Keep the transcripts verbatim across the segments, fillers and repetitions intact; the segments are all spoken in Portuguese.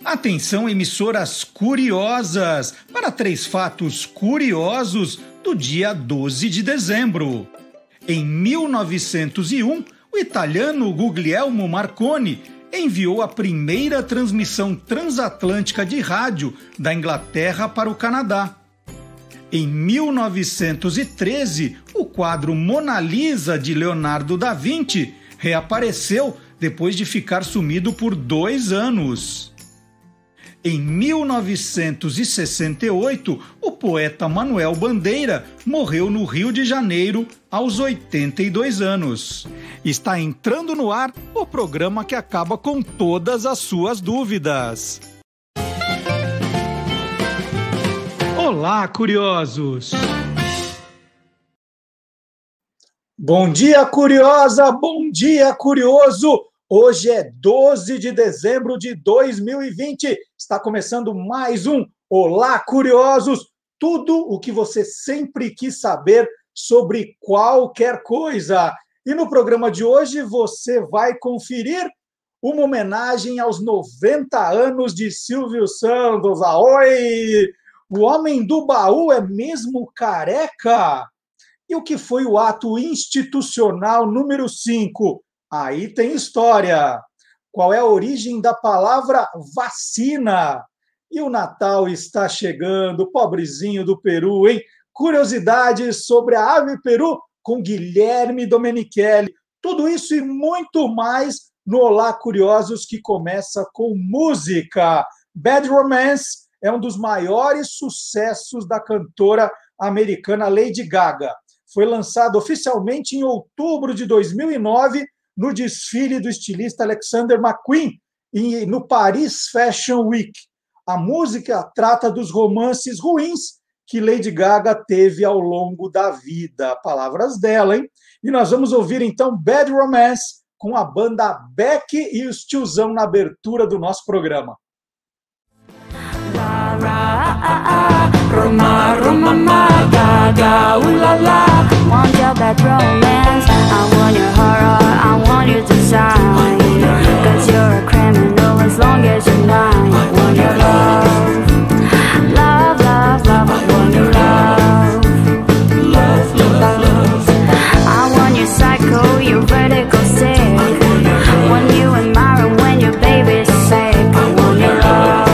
Atenção, emissoras curiosas, para três fatos curiosos do dia doze de dezembro. Em mil novecentos e um, o italiano Guglielmo Marconi enviou a primeira transmissão transatlântica de rádio da Inglaterra para o Canadá. Em mil novecentos e treze, o quadro Mona Lisa de Leonardo da Vinci reapareceu depois de ficar sumido por dois anos. Em mil novecentos e sessenta e oito, o poeta Manuel Bandeira morreu no Rio de Janeiro aos oitenta e dois anos. Está entrando no ar o programa que acaba com todas as suas dúvidas. Olá, curiosos! Bom dia, curiosa! Bom dia, curioso! Hoje é doze de dezembro de dois mil e vinte. Está começando mais um Olá, curiosos! Tudo o que você sempre quis saber sobre qualquer coisa. E no programa de hoje você vai conferir uma homenagem aos noventa anos de Silvio Santos. Aoi! O homem do baú é mesmo careca? E o que foi o ato institucional número cinco? Aí tem história. Qual é a origem da palavra vacina? E o Natal está chegando, pobrezinho do Peru, hein? Curiosidades sobre a ave peru com Guilherme Domenichelli. Tudo isso e muito mais no Olá Curiosos, que começa com música. Bad Romance é um dos maiores sucessos da cantora americana Lady Gaga. Foi lançado oficialmente em outubro de dois mil e nove, no desfile do estilista Alexander McQueen, no Paris Fashion Week. A música trata dos romances ruins que Lady Gaga teve ao longo da vida. Palavras dela, hein? E nós vamos ouvir, então, Bad Romance com a banda Beck e os Tiozão na abertura do nosso programa. Roma, Roma, ma, Gaga, ooh la la. Want your bad romance, I want your horror, I want your design. Cause you're a criminal as long as you're mine. I want your love, love, love, love. I want your love, love, love, love. I want your psycho, your vertical sick. When you admire, when your baby's sick. I want your love.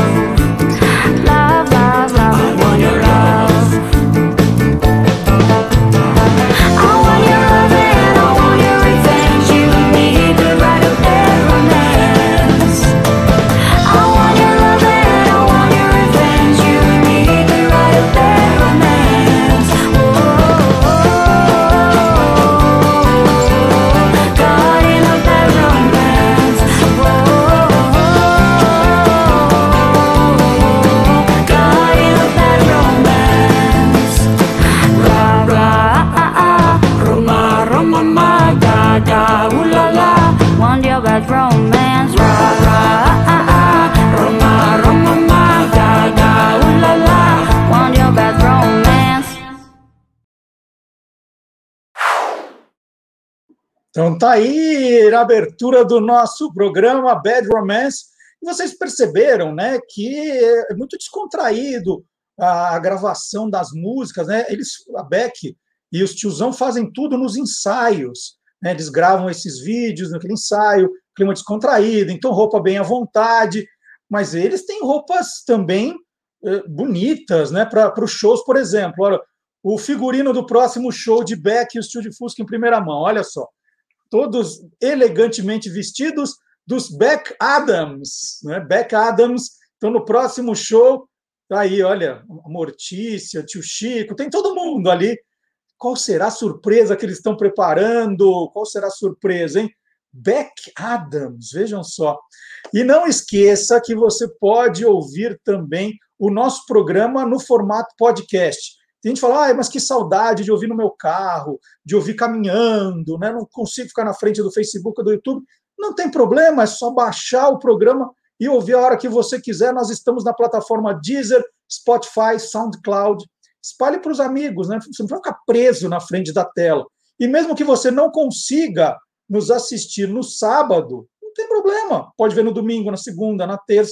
Então tá aí a abertura do nosso programa Bad Romance. E vocês perceberam, né, que é muito descontraído a, a gravação das músicas, né? Eles, a Beck e os Tiozão fazem tudo nos ensaios, né? Eles gravam esses vídeos naquele ensaio, clima descontraído, então roupa bem à vontade, mas eles têm roupas também eh, bonitas, né, para os shows, por exemplo. Olha, o figurino do próximo show de Beck e os Tio de Fusca em primeira mão, olha só. Todos elegantemente vestidos dos Beck Adams, né? Beck Adams. Então, no próximo show, tá aí, olha, a Mortícia, Tio Chico, tem todo mundo ali. Qual será a surpresa que eles estão preparando? Qual será a surpresa, hein? Beck Adams, vejam só. E não esqueça que você pode ouvir também o nosso programa no formato podcast. Tem gente que fala, ah, mas que saudade de ouvir no meu carro, de ouvir caminhando, né? Não consigo ficar na frente do Facebook ou do YouTube. Não tem problema, é só baixar o programa e ouvir a hora que você quiser. Nós estamos na plataforma Deezer, Spotify, SoundCloud. Espalhe para os amigos, né? Você não vai ficar preso na frente da tela. E mesmo que você não consiga nos assistir no sábado, não tem problema. Pode ver no domingo, na segunda, na terça.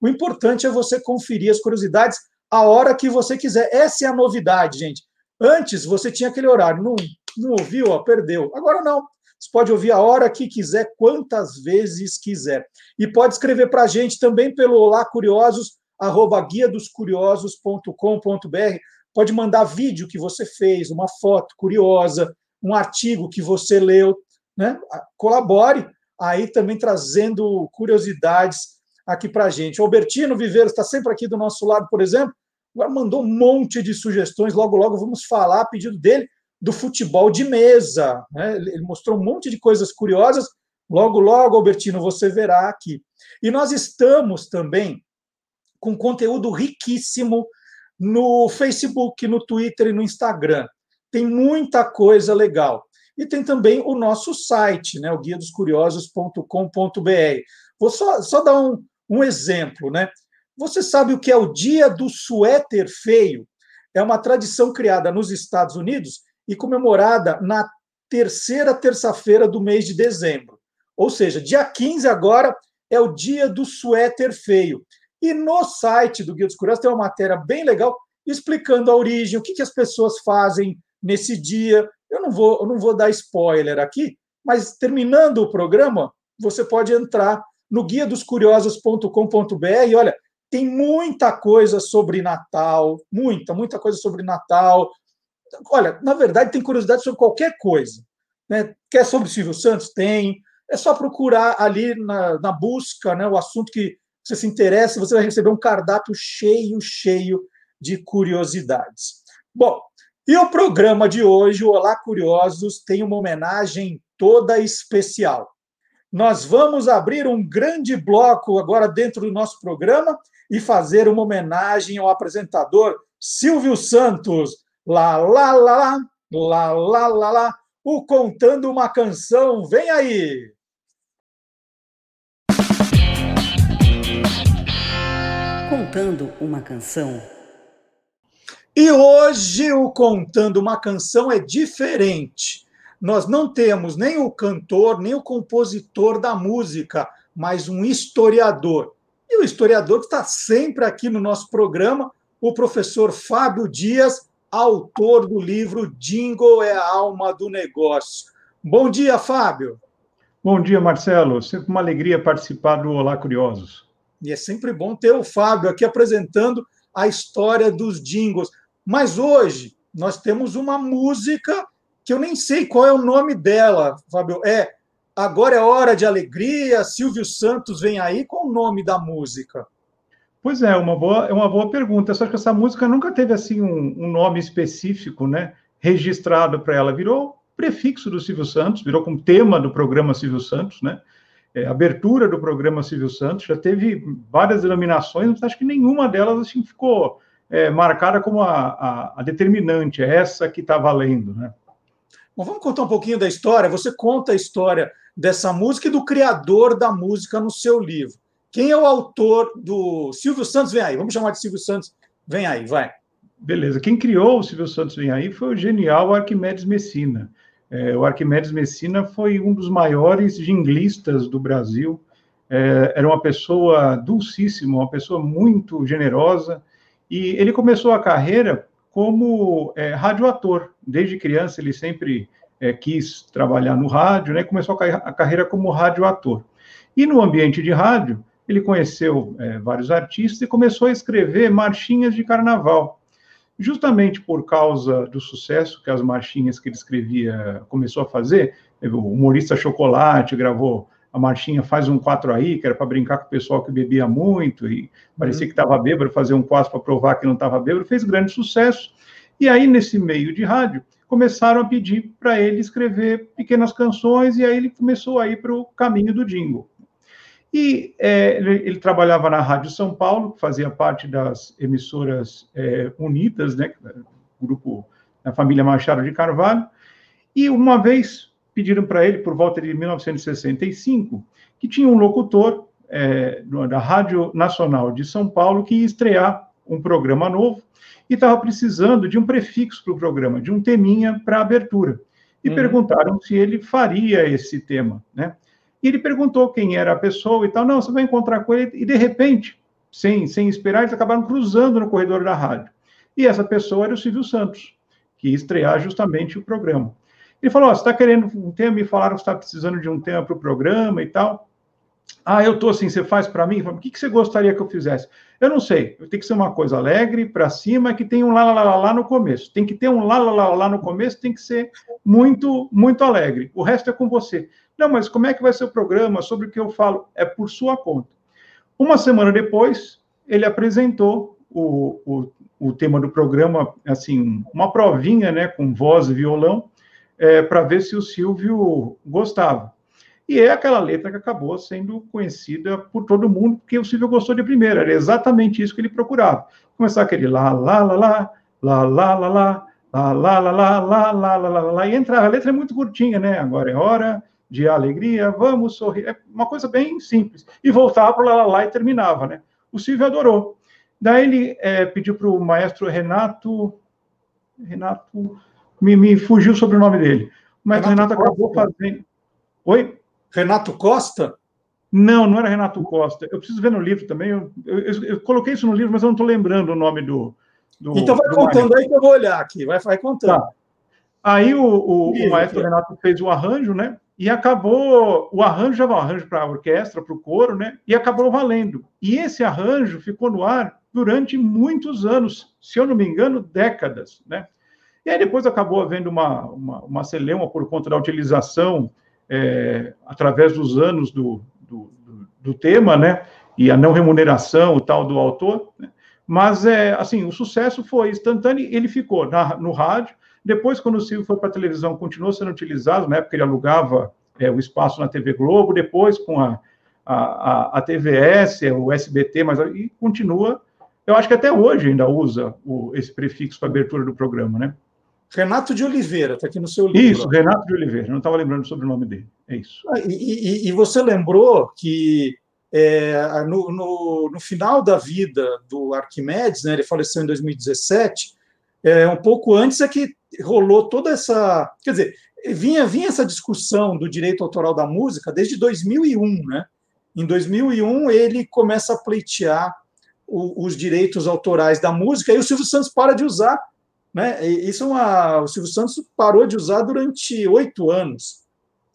O importante é você conferir as curiosidades a hora que você quiser. Essa é a novidade, gente. Antes, você tinha aquele horário, não, não ouviu, ó, perdeu. Agora não. Você pode ouvir a hora que quiser, quantas vezes quiser. E pode escrever para a gente também pelo olá curiosos arroba guia dos curiosos ponto com ponto br. Pode mandar vídeo que você fez, uma foto curiosa, um artigo que você leu, né? Colabore aí também trazendo curiosidades aqui para a gente. O Albertino Viveiros está sempre aqui do nosso lado, por exemplo, agora mandou um monte de sugestões, logo, logo vamos falar, a pedido dele, do futebol de mesa, né? Ele mostrou um monte de coisas curiosas, logo, logo, Albertino, você verá aqui. E nós estamos também com conteúdo riquíssimo no Facebook, no Twitter e no Instagram. Tem muita coisa legal. E tem também o nosso site, né, o guia dos curiosos ponto com ponto br. Vou só, só dar um, um exemplo, né? Você sabe o que é o Dia do Suéter Feio? É uma tradição criada nos Estados Unidos e comemorada na terceira terça-feira do mês de dezembro. Ou seja, dia quinze agora é o Dia do Suéter Feio. E no site do Guia dos Curiosos tem uma matéria bem legal explicando a origem, o que, que as pessoas fazem nesse dia. Eu não vou, eu não vou dar spoiler aqui, mas terminando o programa, você pode entrar no guia dos curiosos ponto com ponto br e olha, tem muita coisa sobre Natal, muita, muita coisa sobre Natal. Olha, na verdade, tem curiosidade sobre qualquer coisa, né? Quer sobre Silvio Santos? Tem. É só procurar ali na, na busca, né, o assunto que você se interessa, você vai receber um cardápio cheio, cheio de curiosidades. Bom, e o programa de hoje, o Olá Curiosos, tem uma homenagem toda especial. Nós vamos abrir um grande bloco agora dentro do nosso programa e fazer uma homenagem ao apresentador Silvio Santos. Lá, lá, lá, lá, lá, lá, lá, lá, o Contando uma Canção. Vem aí! Contando uma Canção. E hoje o Contando uma Canção é diferente. Nós não temos nem o cantor, nem o compositor da música, mas um historiador. E o historiador que está sempre aqui no nosso programa, o professor Fábio Dias, autor do livro Jingle é a Alma do Negócio. Bom dia, Fábio. Bom dia, Marcelo. Sempre uma alegria participar do Olá Curiosos. E é sempre bom ter o Fábio aqui apresentando a história dos jingles. Mas hoje nós temos uma música que eu nem sei qual é o nome dela, Fábio. É Agora é Hora de Alegria, Silvio Santos vem aí. Qual o nome da música? Pois é, uma boa, é uma boa pergunta. Só que essa música nunca teve assim um, um nome específico, né, registrado para ela. Virou prefixo do Silvio Santos, virou como tema do programa Silvio Santos, né? É, abertura do programa Silvio Santos, já teve várias denominações, mas acho que nenhuma delas assim, ficou é, marcada como a, a, a determinante, é essa que está valendo, né? Bom, vamos contar um pouquinho da história. Você conta a história dessa música e do criador da música no seu livro. Quem é o autor do Silvio Santos Vem Aí? Vamos chamar de Silvio Santos Vem Aí, vai. Beleza. Quem criou o Silvio Santos Vem Aí foi o genial Arquimedes Messina. É, o Arquimedes Messina foi um dos maiores jinglistas do Brasil. É, era uma pessoa dulcíssima, uma pessoa muito generosa. E ele começou a carreira como é, radioator. Desde criança ele sempre é, quis trabalhar no rádio, né? Começou a carreira como radioator. E no ambiente de rádio, ele conheceu é, vários artistas e começou a escrever marchinhas de carnaval. Justamente por causa do sucesso que as marchinhas que ele escrevia começou a fazer, o humorista Chocolate gravou a marchinha Faz um Quatro Aí, que era para brincar com o pessoal que bebia muito, e parecia que estava bêbado, fazer um quatro para provar que não estava bêbado, fez grande sucesso. E aí, nesse meio de rádio, começaram a pedir para ele escrever pequenas canções, e aí ele começou a ir para o caminho do jingle. E é, ele, ele trabalhava na Rádio São Paulo, que fazia parte das emissoras é, unidas, né, grupo da família Machado de Carvalho, e uma vez pediram para ele, por volta de mil novecentos e sessenta e cinco, que tinha um locutor é, da Rádio Nacional de São Paulo que ia estrear um programa novo e estava precisando de um prefixo para o programa, de um teminha para a abertura. E uhum. perguntaram se ele faria esse tema, né? E ele perguntou quem era a pessoa e tal. Não, você vai encontrar com ele. E, de repente, sem, sem esperar, eles acabaram cruzando no corredor da rádio. E essa pessoa era o Silvio Santos, que ia estrear justamente o programa. Ele falou, oh, você está querendo um tema? Me falaram que você está precisando de um tema para o programa e tal. Ah, eu estou assim, você faz para mim? O que, que você gostaria que eu fizesse? Eu não sei, tem que ser uma coisa alegre, para cima, que tem um lá, lá, lá, lá no começo. Tem que ter um lá, lá, lá, lá no começo, tem que ser muito, muito alegre. O resto é com você. Não, mas como é que vai ser o programa? Sobre o que eu falo? É por sua conta. Uma semana depois, ele apresentou o, o, o tema do programa, assim, uma provinha, né, com voz e violão, é, para ver se o Silvio gostava. E é aquela letra que acabou sendo conhecida por todo mundo, porque o Silvio gostou de primeira, era exatamente isso que ele procurava. Começar aquele lá, lá, lá, lá, lá, lá, lá, lá, lá, lá, lá, lá, lá, lá, lá, lá, lá, e entrava. A letra é muito curtinha, né? Agora é hora de alegria, vamos sorrir. É uma coisa bem simples. E voltava para o lá, lá, lá e terminava, né? O Silvio adorou. Daí ele é, pediu para o maestro Renato... Renato... Me, me fugiu sobre o nome dele. Mas o Renato acabou fazendo... Oi? Renato Costa? Não, não era Renato Costa. Eu preciso ver no livro também. Eu, eu, eu, eu coloquei isso no livro, mas eu não estou lembrando o nome do... do então vai do contando maestro. aí que eu vou olhar aqui. Vai, vai contando. Tá. Aí o, o, Isso, o maestro aqui. Renato fez o arranjo, né? E acabou... O arranjo já var um arranjo para a orquestra, para o coro, né? E acabou valendo. E esse arranjo ficou no ar durante muitos anos. Se eu não me engano, décadas, né? E aí depois acabou havendo uma, uma, uma celeuma por conta da utilização é, através dos anos do, do, do, do tema, né? E a não remuneração, o tal do autor, né? Mas, é, assim, o sucesso foi instantâneo, ele ficou na, no rádio. Depois, quando o Silvio foi para a televisão, continuou sendo utilizado, na época ele alugava é, o espaço na T V Globo, depois com a, a, a T V S, o S B T, mas e continua. Eu acho que até hoje ainda usa o, esse prefixo para abertura do programa, né? Renato de Oliveira, está aqui no seu livro. Isso, Renato de Oliveira, não estava lembrando sobre o nome dele, é isso. E, e, e você lembrou que é, no, no, no final da vida do Arquimedes, né, ele faleceu em dois mil e dezessete, é, um pouco antes é que rolou toda essa... Quer dizer, vinha, vinha essa discussão do direito autoral da música desde dois mil e um, né? Em dois mil e um, ele começa a pleitear o, os direitos autorais da música, e o Silvio Santos para de usar. Né? Isso é uma, o Silvio Santos parou de usar durante oito anos.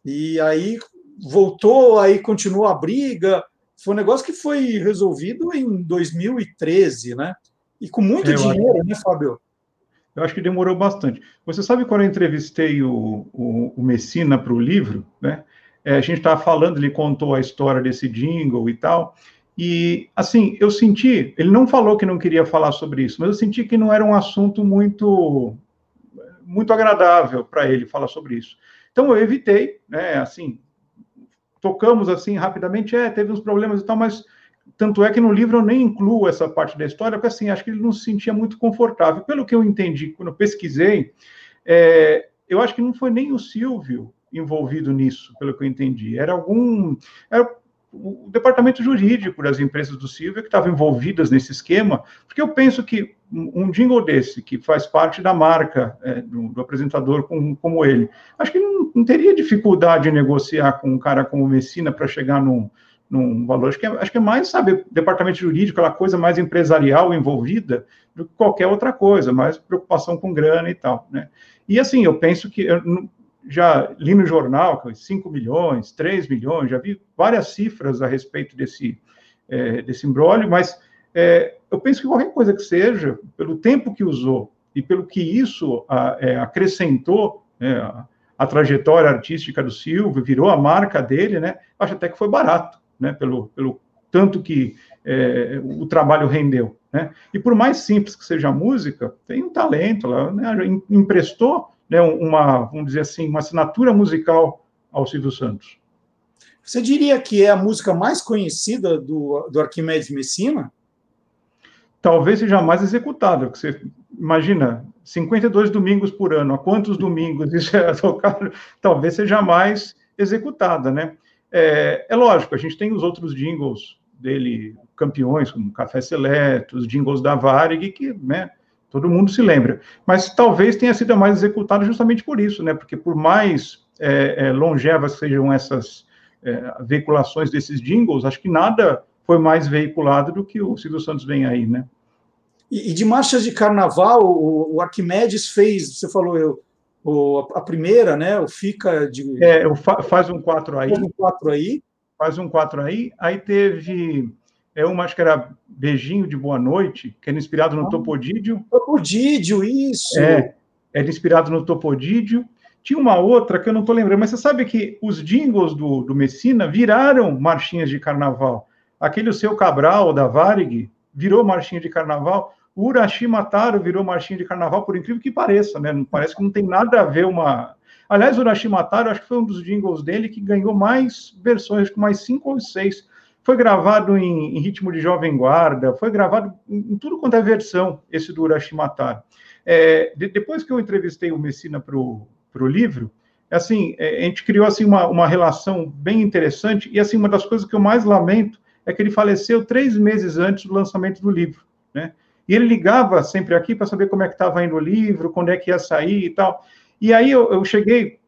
E aí voltou, aí continuou a briga. Foi um negócio que foi resolvido em dois mil e treze, né? E com muito é, dinheiro, acho, né, Fábio? Eu acho que demorou bastante. Você sabe quando eu entrevistei o, o, o Messina para o livro, né? É, a gente estava falando, ele contou a história desse jingle e tal. E, assim, eu senti... Ele não falou que não queria falar sobre isso, mas eu senti que não era um assunto muito, muito agradável para ele falar sobre isso. Então, eu evitei, né, assim, tocamos, assim, rapidamente, é, teve uns problemas e tal, mas tanto é que no livro eu nem incluo essa parte da história, porque, assim, acho que ele não se sentia muito confortável. Pelo que eu entendi, quando eu pesquisei, é, eu acho que não foi nem o Silvio envolvido nisso, pelo que eu entendi. Era algum... Era, o departamento jurídico das empresas do Silvio que estavam envolvidas nesse esquema, porque eu penso que um jingle desse, que faz parte da marca é, do, do apresentador como, como ele, acho que não, não teria dificuldade em negociar com um cara como o Messina para chegar num, num valor. Acho que, é, acho que é mais, sabe, departamento jurídico, aquela coisa mais empresarial envolvida do que qualquer outra coisa, mais preocupação com grana e tal, né? E assim, eu penso que... Eu, já li no jornal, cinco milhões, três milhões, já vi várias cifras a respeito desse, é, desse imbróglio, mas é, eu penso que qualquer coisa que seja, pelo tempo que usou e pelo que isso a, é, acrescentou, né, a, a trajetória artística do Silvio, virou a marca dele, né, acho até que foi barato, né, pelo, pelo tanto que é, o trabalho rendeu, né, e por mais simples que seja a música, tem um talento, ela, né, emprestou, né, uma, vamos dizer assim, uma assinatura musical ao Silvio Santos. Você diria que é a música mais conhecida do, do Arquimedes Messina? Talvez seja mais executada, porque você imagina, cinquenta e dois domingos por ano, há quantos domingos isso é tocado? Talvez seja mais executada, né? É, é lógico, a gente tem os outros jingles dele, campeões, como Café Seleto, os jingles da Varig, que, né, todo mundo se lembra. Mas talvez tenha sido a mais executada justamente por isso, né? Porque por mais é, é, longevas sejam essas é, veiculações desses jingles, acho que nada foi mais veiculado do que o Silvio Santos Vem Aí, né? E, e de marchas de carnaval, o, o Arquimedes fez, você falou, eu, o, a primeira, né? O Fica de... É, o fa, Faz um quatro aí. Faz um quatro aí. Faz um quatro aí. Aí teve... É uma, acho que era Beijinho de Boa Noite, que era inspirado no ah, Topodídio. Topodídio, isso! É, era inspirado no Topodídio. Tinha uma outra que eu não estou lembrando, mas você sabe que os jingles do, do Messina viraram marchinhas de carnaval. Aquele O Seu Cabral, da Varig, virou marchinha de carnaval. O Urashima Taro virou marchinha de carnaval, por incrível que pareça, né? Parece que não tem nada a ver uma... Aliás, o Urashima Taro, acho que foi um dos jingles dele que ganhou mais versões, com mais cinco ou seis. Foi gravado em, em ritmo de Jovem Guarda, foi gravado em, em tudo quanto é versão, esse do Urashima Taro. É, de, depois que eu entrevistei o Messina para o livro, assim, é, a gente criou assim, uma, uma relação bem interessante, e assim, uma das coisas que eu mais lamento é que ele faleceu três meses antes do lançamento do livro, né? E ele ligava sempre aqui para saber como é que estava indo o livro, quando é que ia sair e tal. E aí eu, eu cheguei...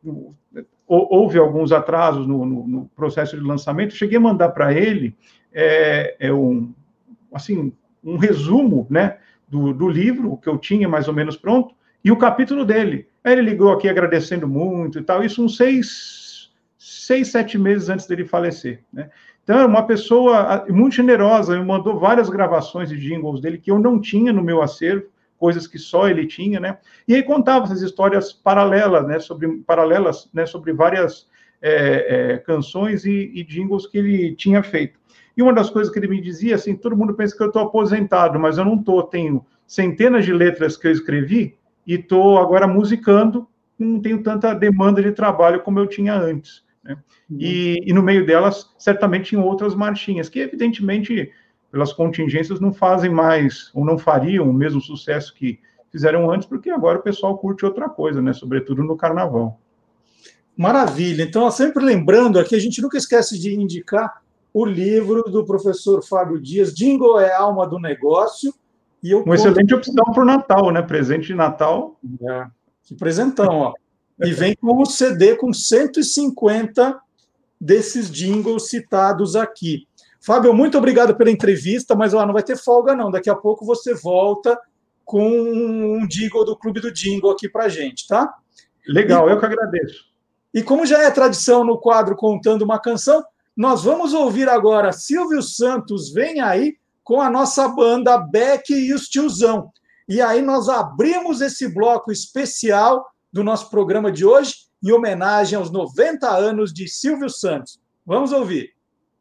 Houve alguns atrasos no, no, no processo de lançamento, cheguei a mandar para ele é, é um, assim, um resumo, né, do, do livro, que eu tinha mais ou menos pronto, e o capítulo dele. Aí ele ligou aqui agradecendo muito e tal, isso uns seis, seis, sete meses antes dele falecer, né? Então, é uma pessoa muito generosa, me mandou várias gravações de jingles dele que eu não tinha no meu acervo, coisas que só ele tinha, né? E aí contava essas histórias paralelas, né? Sobre paralelas, né? Sobre várias é, é, canções e, e jingles que ele tinha feito. E uma das coisas que ele me dizia, assim, todo mundo pensa que eu estou aposentado, mas eu não estou. Tenho centenas de letras que eu escrevi e estou agora musicando. Não tenho tanta demanda de trabalho como eu tinha antes, né? Uhum. E, e no meio delas, certamente tinham outras marchinhas que, evidentemente, pelas contingências, não fazem mais, ou não fariam o mesmo sucesso que fizeram antes, porque agora o pessoal curte outra coisa, né? Sobretudo no carnaval. Maravilha. Então, sempre lembrando aqui, a gente nunca esquece de indicar o livro do professor Fábio Dias, Jingle é a Alma do Negócio. E eu Uma conto... excelente opção para o Natal, né? Presente de Natal. É, que presentão, ó. E vem com o C D com cento e cinquenta desses jingles citados aqui. Fábio, muito obrigado pela entrevista, mas ó, não vai ter folga, não. Daqui a pouco você volta com um jingle do Clube do Jingle aqui para a gente, tá? Legal, e, eu que agradeço. E como já é tradição no quadro Contando uma Canção, nós vamos ouvir agora Silvio Santos Vem Aí com a nossa banda Beck e os Tiozão. E aí nós abrimos esse bloco especial do nosso programa de hoje em homenagem aos noventa anos de Silvio Santos. Vamos ouvir.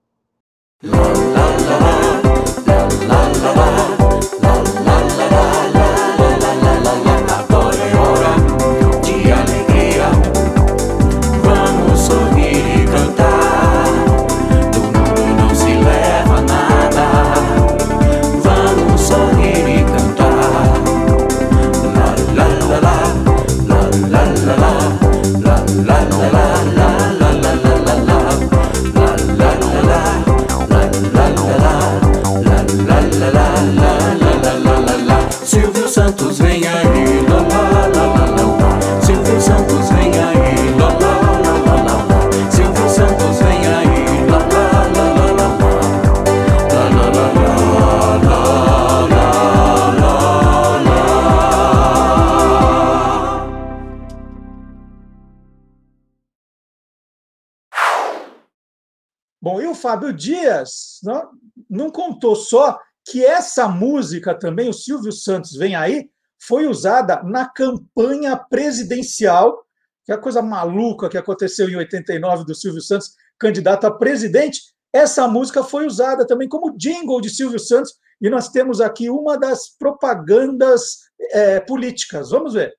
La, la, la, la, la, la, la. Bom, e o Fábio Dias não, não contou só que essa música também, o Silvio Santos Vem Aí, foi usada na campanha presidencial, que é a coisa maluca que aconteceu em oitenta e nove do Silvio Santos, candidato a presidente. Essa música foi usada também como jingle de Silvio Santos, e nós temos aqui uma das propagandas é, políticas. Vamos ver.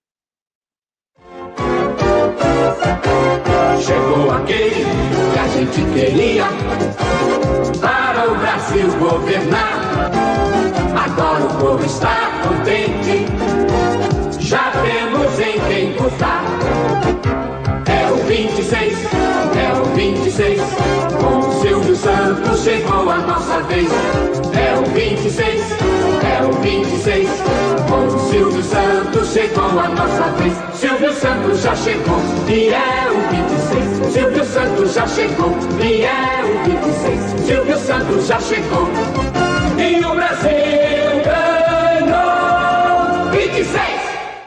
Chegou aquele que a gente queria para o Brasil governar. Agora o povo está contente, já temos em quem votar. É o vinte e seis, é o vinte e seis, com o Silvio Santos chegou a nossa vez. É o vinte e seis, é o vinte e seis, com o Silvio Santos chegou chegou a nossa vez. Silvio Santos já chegou e é o vinte e seis. Silvio Santos já chegou e é o vinte e seis. Silvio Santos já chegou e o Brasil ganhou vinte e seis.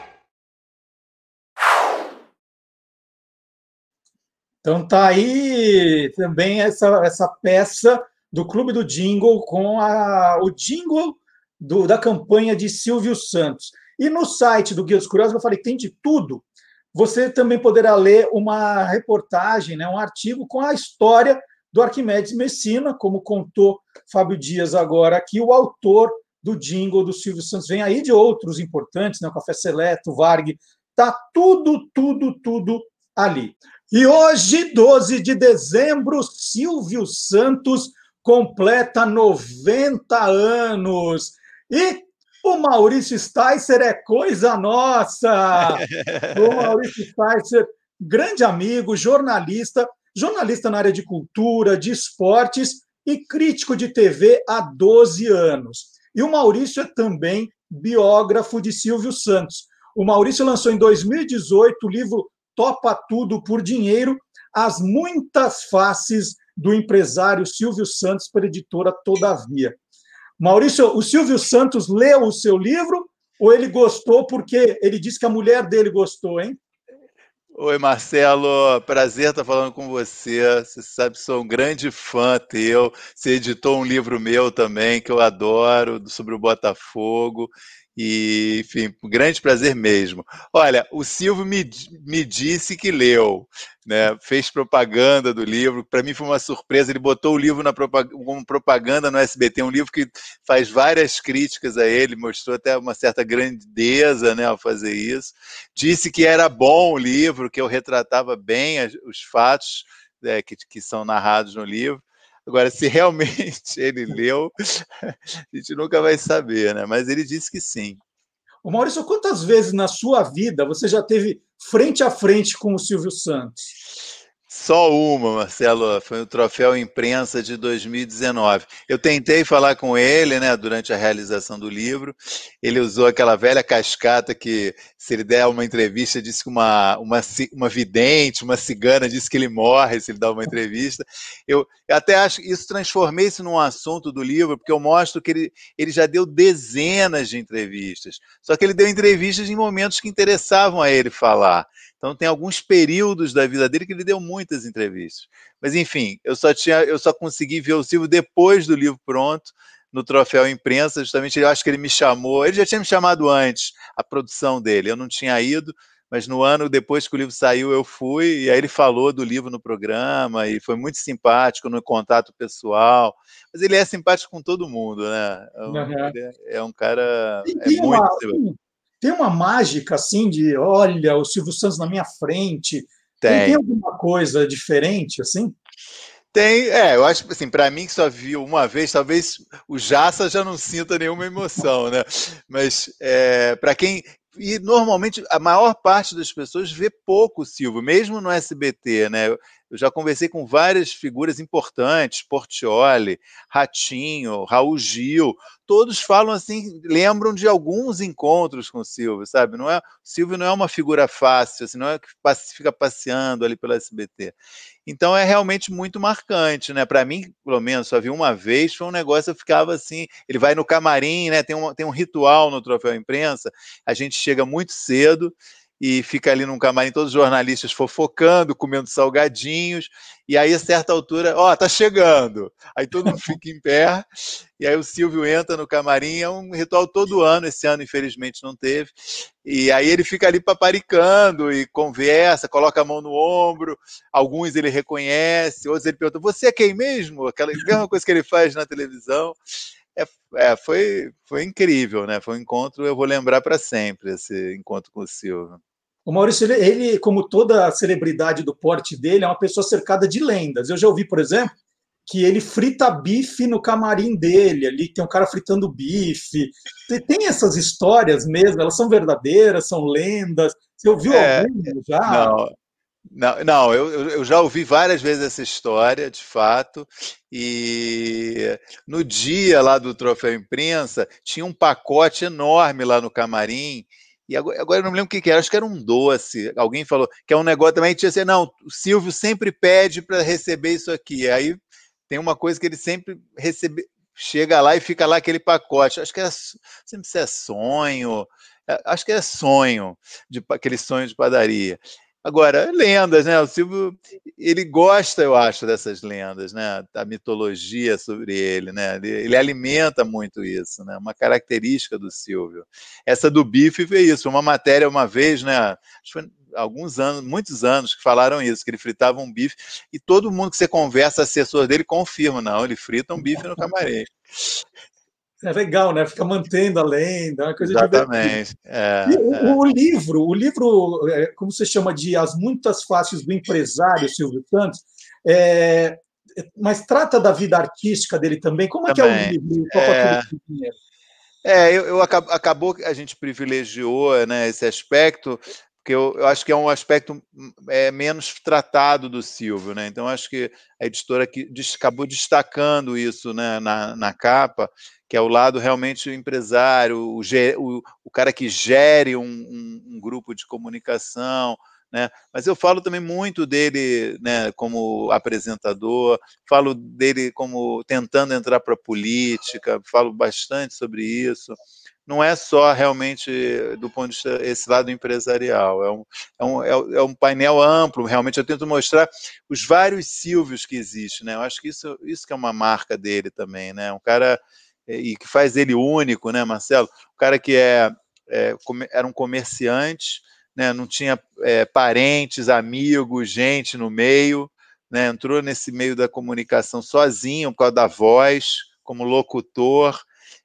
Então tá aí também essa, essa peça do Clube do Jingle com a, o jingle do, da campanha de Silvio Santos. E no site do Guia dos Curiosos, eu falei que tem de tudo. Você também poderá ler uma reportagem, né, um artigo com a história do Arquimedes Messina, como contou Fábio Dias agora aqui, o autor do jingle do Silvio Santos. Vem aí de outros importantes, né, o Café Seleto, Varg, tá tudo, tudo, tudo ali. E hoje, doze de dezembro, Silvio Santos completa noventa anos. E o Maurício Sticer é coisa nossa. O Maurício Sticer, grande amigo, jornalista, jornalista na área de cultura, de esportes e crítico de T V há doze anos. E o Maurício é também biógrafo de Silvio Santos. O Maurício lançou em dois mil e dezoito o livro Topa Tudo por Dinheiro, as muitas faces do empresário Silvio Santos para a editora Todavia. Maurício, o Silvio Santos leu o seu livro ou ele gostou porque ele disse que a mulher dele gostou, hein? Oi, Marcelo, prazer estar falando com você. Você sabe que sou um grande fã teu. Você editou um livro meu também, que eu adoro, sobre o Botafogo. E, enfim, um grande prazer mesmo. Olha, o Silvio me, me disse que leu, né? Fez propaganda do livro. Para mim foi uma surpresa. Ele botou o livro na propag- como propaganda no S B T, um livro que faz várias críticas a ele, mostrou até uma certa grandeza, né, ao fazer isso. Disse que era bom o livro, que eu retratava bem as, os fatos, né, que, que são narrados no livro. Agora, se realmente ele leu, a gente nunca vai saber, né? Mas ele disse que sim. Ô Maurício, quantas vezes na sua vida você já teve frente a frente com o Silvio Santos? Só uma, Marcelo, foi o Troféu Imprensa de dois mil e dezenove. Eu tentei falar com ele, né, durante a realização do livro. Ele usou aquela velha cascata que, se ele der uma entrevista, disse que uma, uma, uma vidente, uma cigana, disse que ele morre se ele dá uma entrevista. Eu, eu até acho que isso, transformei isso num assunto do livro, porque eu mostro que ele, ele já deu dezenas de entrevistas. Só que ele deu entrevistas em momentos que interessavam a ele falar. Então tem alguns períodos da vida dele que ele deu muitas entrevistas. Mas enfim, eu só tinha, eu só consegui ver o Silvio depois do livro pronto, no Troféu Imprensa, justamente. Eu acho que ele me chamou, ele já tinha me chamado antes, a produção dele, eu não tinha ido, mas no ano depois que o livro saiu eu fui, e aí ele falou do livro no programa, e foi muito simpático no contato pessoal, mas ele é simpático com todo mundo, né? Uhum. Ele é, é um cara, é tem, muito... uma, tem uma mágica assim de, olha, o Silvio Santos na minha frente. Tem, tem, tem alguma coisa diferente assim? Tem, é, eu acho que assim, para mim que só viu uma vez, talvez o Jassa já não sinta nenhuma emoção, né? Mas é, para quem... E normalmente a maior parte das pessoas vê pouco o Silvio, mesmo no S B T, né? Eu já conversei com várias figuras importantes, Portiolli, Ratinho, Raul Gil, todos falam assim, lembram de alguns encontros com o Silvio, sabe? Não é, o Silvio não é uma figura fácil, assim, não é que fica passeando ali pelo S B T. Então é realmente muito marcante, né? Para mim, pelo menos, só vi uma vez, foi um negócio, eu ficava assim, ele vai no camarim, né? Tem um, tem um ritual no Troféu Imprensa, a gente chega muito cedo e fica ali num camarim, todos os jornalistas fofocando, comendo salgadinhos, e aí a certa altura, ó, oh, tá chegando, aí todo mundo fica em pé, e aí o Silvio entra no camarim, é um ritual todo ano, esse ano infelizmente não teve, e aí ele fica ali paparicando e conversa, coloca a mão no ombro, alguns ele reconhece, outros ele pergunta, você é quem mesmo? Aquela mesma coisa que ele faz na televisão. É, é, foi, foi incrível, né? Foi um encontro, eu vou lembrar para sempre esse encontro com o Silvio. O Maurício, ele, ele, como toda a celebridade do porte dele, é uma pessoa cercada de lendas. Eu já ouvi, por exemplo, que ele frita bife no camarim dele, ali tem um cara fritando bife. Tem essas histórias mesmo, elas são verdadeiras, são lendas. Você ouviu é, alguma já? Não. Não, não eu, eu já ouvi várias vezes essa história, de fato, e no dia lá do Troféu Imprensa, tinha um pacote enorme lá no camarim, E agora, agora eu não me lembro o que, que era, acho que era um doce. Alguém falou que é um negócio também, tinha assim, não, o Silvio sempre pede para receber isso aqui. Aí tem uma coisa que ele sempre recebe, chega lá e fica lá aquele pacote. Acho que era, sempre se é sonho, acho que é sonho, de, aquele sonho de padaria. Agora, lendas, né? O Silvio, ele gosta, eu acho, dessas lendas, né? Da mitologia sobre ele, né? Ele, ele alimenta muito isso, né? Uma característica do Silvio. Essa do bife foi isso, uma matéria uma vez, né? Acho que foi alguns anos, muitos anos que falaram isso, que ele fritava um bife, e todo mundo que você conversa, assessor dele, confirma, não, ele frita um bife no camarim. É legal, né? Fica mantendo a lenda, é uma coisa divertida. Exatamente. É, E o, é. o livro, o livro, é, como você chama de As Muitas Faces do Empresário Silvio Santos, é, mas trata da vida artística dele também. Como é que é o Também. livro? Qual É, é dinheiro? é eu, eu acab, acabou que a gente privilegiou, né, esse aspecto, porque eu, eu acho que é um aspecto é, menos tratado do Silvio, né? Então acho que a editora que acabou destacando isso, né, na, na capa, que é o lado realmente empresário, o, o, o cara que gere um, um, um grupo de comunicação, né? Mas eu falo também muito dele, né, como apresentador, falo dele como tentando entrar para a política, falo bastante sobre isso. Não é só realmente do ponto de vista esse lado empresarial, é um, é um, é um painel amplo, realmente eu tento mostrar os vários Silvios que existem, né? Eu acho que isso, isso que é uma marca dele também, né? Um cara e que faz ele único, né, Marcelo? O cara que é, é era um comerciante, né? Não tinha é, parentes, amigos, gente no meio, né? Entrou nesse meio da comunicação sozinho por causa da voz, como locutor,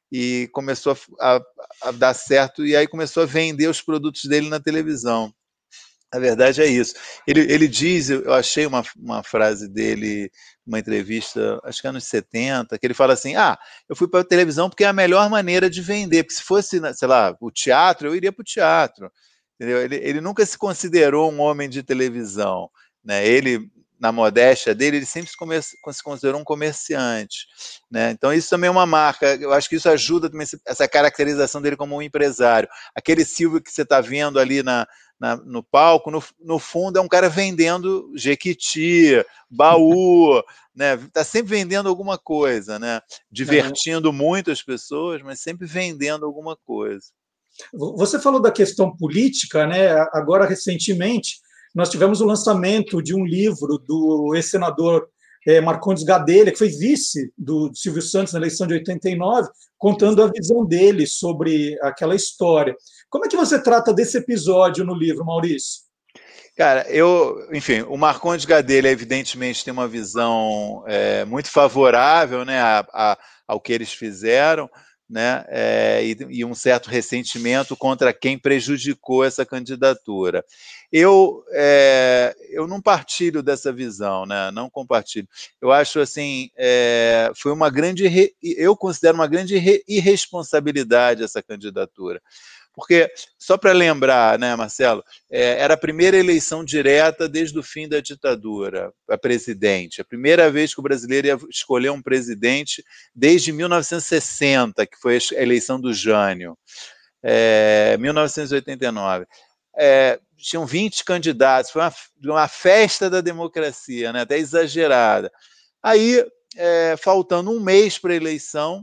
e começou a, a, a dar certo, e aí começou a vender os produtos dele na televisão. A verdade é isso. Ele, ele diz, eu achei uma, uma frase dele, uma entrevista, acho que anos setenta, que ele fala assim, ah, eu fui para a televisão porque é a melhor maneira de vender, porque se fosse, sei lá, o teatro, eu iria para o teatro. Entendeu? Ele, ele nunca se considerou um homem de televisão, né? Ele, na modéstia dele, ele sempre se considerou um comerciante, né? Então isso também é uma marca, eu acho que isso ajuda também essa caracterização dele como um empresário. Aquele Silvio que você está vendo ali na, na, no palco, no, no fundo é um cara vendendo jequiti, baú, né? Está sempre vendendo alguma coisa, né? Divertindo muito as pessoas, mas sempre vendendo alguma coisa. Você falou da questão política, né? Agora, recentemente, nós tivemos o lançamento de um livro do ex-senador é, Marcondes Gadelha, que foi vice do Silvio Santos na eleição de oitenta e nove, contando a visão dele sobre aquela história. Como é que você trata desse episódio no livro, Maurício? Cara, eu, enfim, o Marcondes Gadelha, evidentemente, tem uma visão é, muito favorável, né, a, a, ao que eles fizeram, né, é, e, e um certo ressentimento contra quem prejudicou essa candidatura. Eu, é, eu não partilho dessa visão, né, não compartilho. Eu acho assim, é, foi uma grande, eu considero uma grande irresponsabilidade essa candidatura. Porque, só para lembrar, né, Marcelo, é, era a primeira eleição direta desde o fim da ditadura, a presidente. A primeira vez que o brasileiro ia escolher um presidente desde mil novecentos e sessenta, que foi a eleição do Jânio, é, mil novecentos e oitenta e nove. É, tinham vinte candidatos, foi uma, uma festa da democracia, né, até exagerada. Aí, é, faltando um mês para a eleição,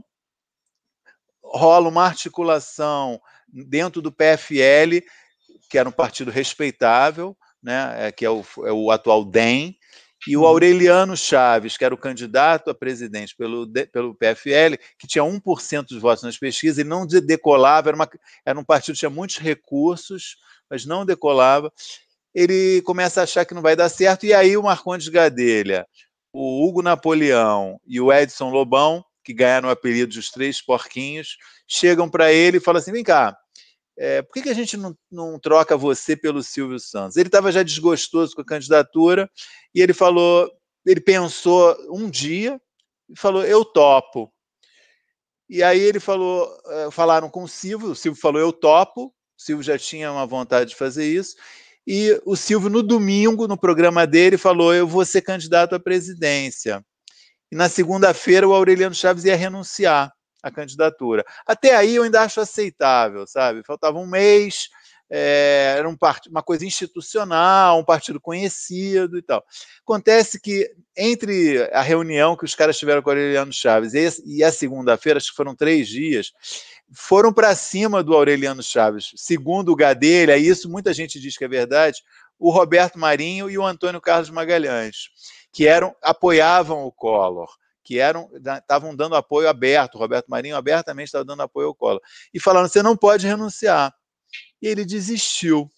rola uma articulação dentro do P F L, que era um partido respeitável, né, que é o, é o atual D E M, e o Aureliano Chaves, que era o candidato a presidente pelo, pelo P F L, que tinha um por cento dos votos nas pesquisas, ele não decolava, era, uma, era um partido que tinha muitos recursos, mas não decolava. Ele começa a achar que não vai dar certo, e aí o Marcondes Gadelha, o Hugo Napoleão e o Edson Lobão, que ganharam o apelido de os Três Porquinhos, chegam para ele e falam assim, vem cá, é, por que, que a gente não, não troca você pelo Silvio Santos? Ele estava já desgostoso com a candidatura e ele falou, ele pensou um dia e falou, eu topo. E aí ele falou, falaram com o Silvio, o Silvio falou, eu topo, o Silvio já tinha uma vontade de fazer isso, e o Silvio no domingo, no programa dele, falou, eu vou ser candidato à presidência. E na segunda-feira o Aureliano Chaves ia renunciar à candidatura. Até aí eu ainda acho aceitável, sabe? Faltava um mês, é, era um part... uma coisa institucional, um partido conhecido e tal. Acontece que entre a reunião que os caras tiveram com o Aureliano Chaves e a segunda-feira, acho que foram três dias, foram para cima do Aureliano Chaves. Segundo o Gadelha, e isso muita gente diz que é verdade, o Roberto Marinho e o Antônio Carlos Magalhães, que eram, apoiavam o Collor, que eram, estavam dando apoio aberto, o Roberto Marinho abertamente estava dando apoio ao Collor, e falaram, você não pode renunciar. E ele desistiu.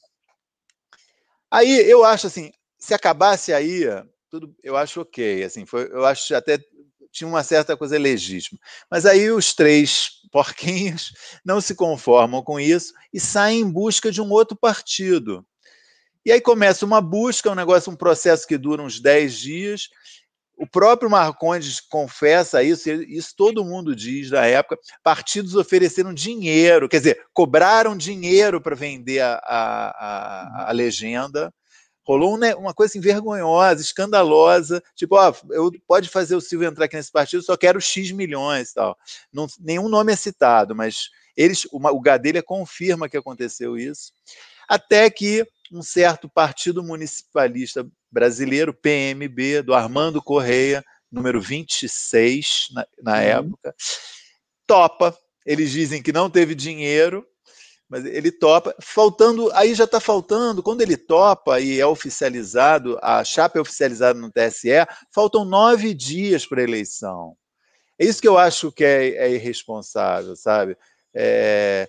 Aí, eu acho assim, se acabasse aí, tudo, eu acho ok, assim, foi, eu acho até tinha uma certa coisa legítima. Mas aí os três porquinhos não se conformam com isso e saem em busca de um outro partido. E aí começa uma busca, um negócio, um processo que dura uns dez dias. O próprio Marcondes confessa isso, isso todo mundo diz na época. Partidos ofereceram dinheiro, quer dizer, cobraram dinheiro para vender a, a, a, a legenda. Rolou uma, uma coisa assim, vergonhosa, escandalosa, tipo, ó, eu, pode fazer o Silvio entrar aqui nesse partido, só quero X milhões e tal. Não, nenhum nome é citado, mas eles, uma, o Gadelha confirma que aconteceu isso. Até que um certo partido municipalista brasileiro, P M B, do Armando Correia, número vinte e seis na, na uhum. época, topa. Eles dizem que não teve dinheiro, mas ele topa. Faltando, aí já está faltando, quando ele topa e é oficializado, a chapa é oficializada no T S E, faltam nove dias para a eleição. É isso que eu acho que é, é irresponsável, sabe? É,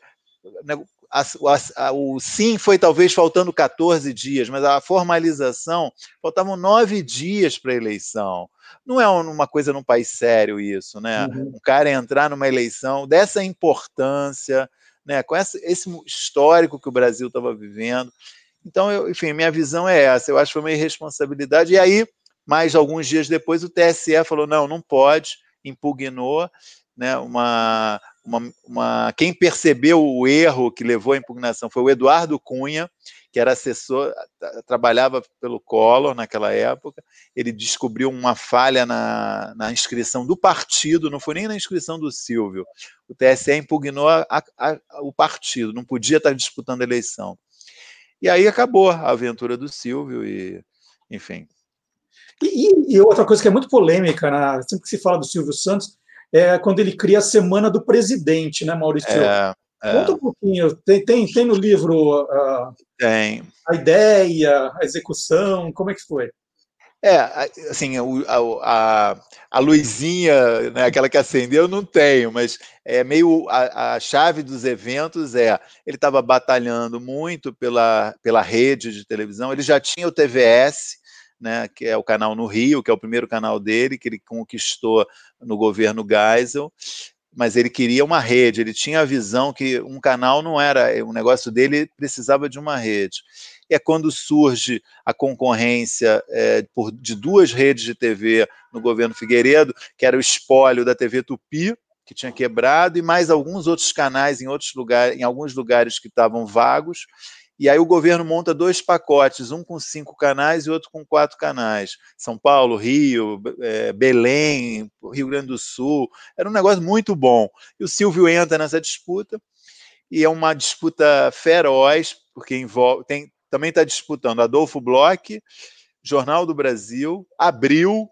A, a, a, o sim foi talvez faltando quatorze dias, mas a formalização, faltavam nove dias para a eleição. Não é uma coisa num país sério isso, né? Uhum. Um cara entrar numa eleição dessa importância, né? Com essa, esse histórico que o Brasil estava vivendo. Então, eu, enfim, minha visão é essa. Eu acho que foi uma irresponsabilidade. E aí, mais alguns dias depois, o T S E falou, não, não pode, impugnou, né, uma... Uma, uma, quem percebeu o erro que levou à impugnação foi o Eduardo Cunha, que era assessor, trabalhava pelo Collor naquela época. Ele descobriu uma falha na, na inscrição do partido, não foi nem na inscrição do Silvio. O T S E impugnou a, a, a, o partido, não podia estar disputando a eleição. E aí acabou a aventura do Silvio, e, enfim. E, e outra coisa que é muito polêmica, né? Sempre que se fala do Silvio Santos, é quando ele cria a Semana do Presidente, né, Maurício? É, é. Conta um pouquinho. Tem, tem, tem no livro uh, tem. a ideia, a execução, como é que foi? É, assim, a, a, a luzinha, né, aquela que acendeu, não tenho, mas é meio a, a chave dos eventos é, ele estava batalhando muito pela, pela rede de televisão, ele já tinha o T V S, né, que é o canal no Rio, que é o primeiro canal dele, que ele conquistou no governo Geisel, mas ele queria uma rede, ele tinha a visão que um canal não era, o negócio dele precisava de uma rede. É quando surge a concorrência é, por, de duas redes de T V no governo Figueiredo, que era o espólio da T V Tupi, que tinha quebrado, e mais alguns outros canais em, outros lugares, em alguns lugares que estavam vagos. E aí o governo monta dois pacotes, um com cinco canais e outro com quatro canais. São Paulo, Rio, é, Belém, Rio Grande do Sul. Era um negócio muito bom. E o Silvio entra nessa disputa, e é uma disputa feroz, porque envolve, tem, também está disputando Adolfo Bloch, Jornal do Brasil, Abril,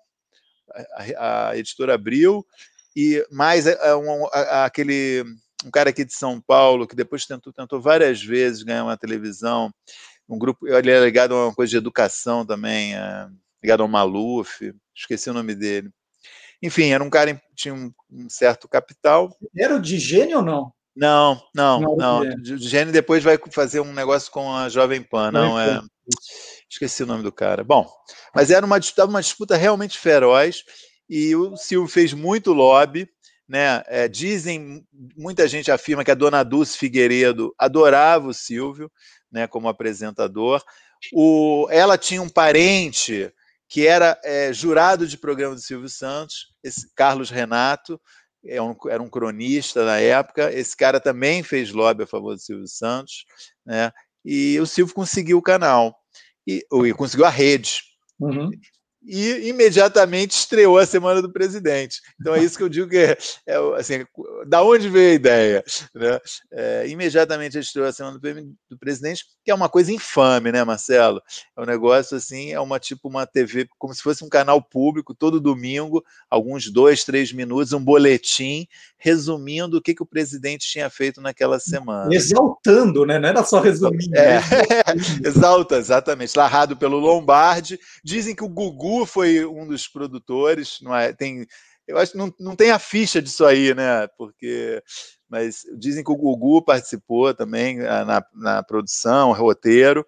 a, a editora Abril, e mais a, um, a, aquele... um cara aqui de São Paulo, que depois tentou, tentou várias vezes ganhar uma televisão, um grupo, ele é ligado a uma coisa de educação também, é, ligado ao Maluf, esqueci o nome dele. Enfim, era um cara que tinha um, um certo capital. Era o Digênio ou não? Não, não, não. não. O Digênio depois vai fazer um negócio com a Jovem Pan, não é... é... Esqueci o nome do cara. Bom, mas era uma, uma disputa realmente feroz, e o Silvio fez muito lobby, né? É, dizem, muita gente afirma que a dona Dulce Figueiredo adorava o Silvio, né, como apresentador. O, ela tinha um parente que era é, jurado de programa do Silvio Santos, esse Carlos Renato, é um, era um cronista na época. Esse cara também fez lobby a favor do Silvio Santos, né? E o Silvio conseguiu o canal, e, e conseguiu a rede. Uhum. e imediatamente estreou a Semana do Presidente. Então é isso que eu digo que é, é assim, da onde veio a ideia, né? É, imediatamente estreou a Semana do, do Presidente, que é uma coisa infame, né, Marcelo? É um negócio assim, é uma tipo uma T V, como se fosse um canal público, todo domingo, alguns dois, três minutos, um boletim resumindo o que, que o presidente tinha feito naquela semana. Exaltando, né? Não era só resumindo. É, exalta, exatamente. Narrado pelo Lombardi. Dizem que o Gugu foi um dos produtores. Não é, tem, eu acho que não, não tem a ficha disso aí, né? Porque, mas dizem que o Gugu participou também na, na produção, roteiro.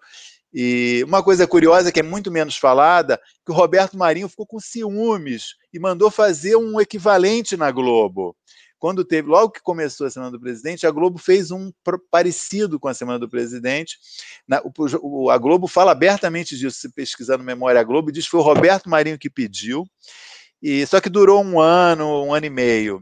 E uma coisa curiosa que é muito menos falada, que o Roberto Marinho ficou com ciúmes e mandou fazer um equivalente na Globo. Quando teve, logo que começou a Semana do Presidente, a Globo fez um parecido com a Semana do Presidente. Na, o, a Globo fala abertamente disso, se pesquisar no Memória Globo, diz que foi o Roberto Marinho que pediu, e só que durou um ano, um ano e meio.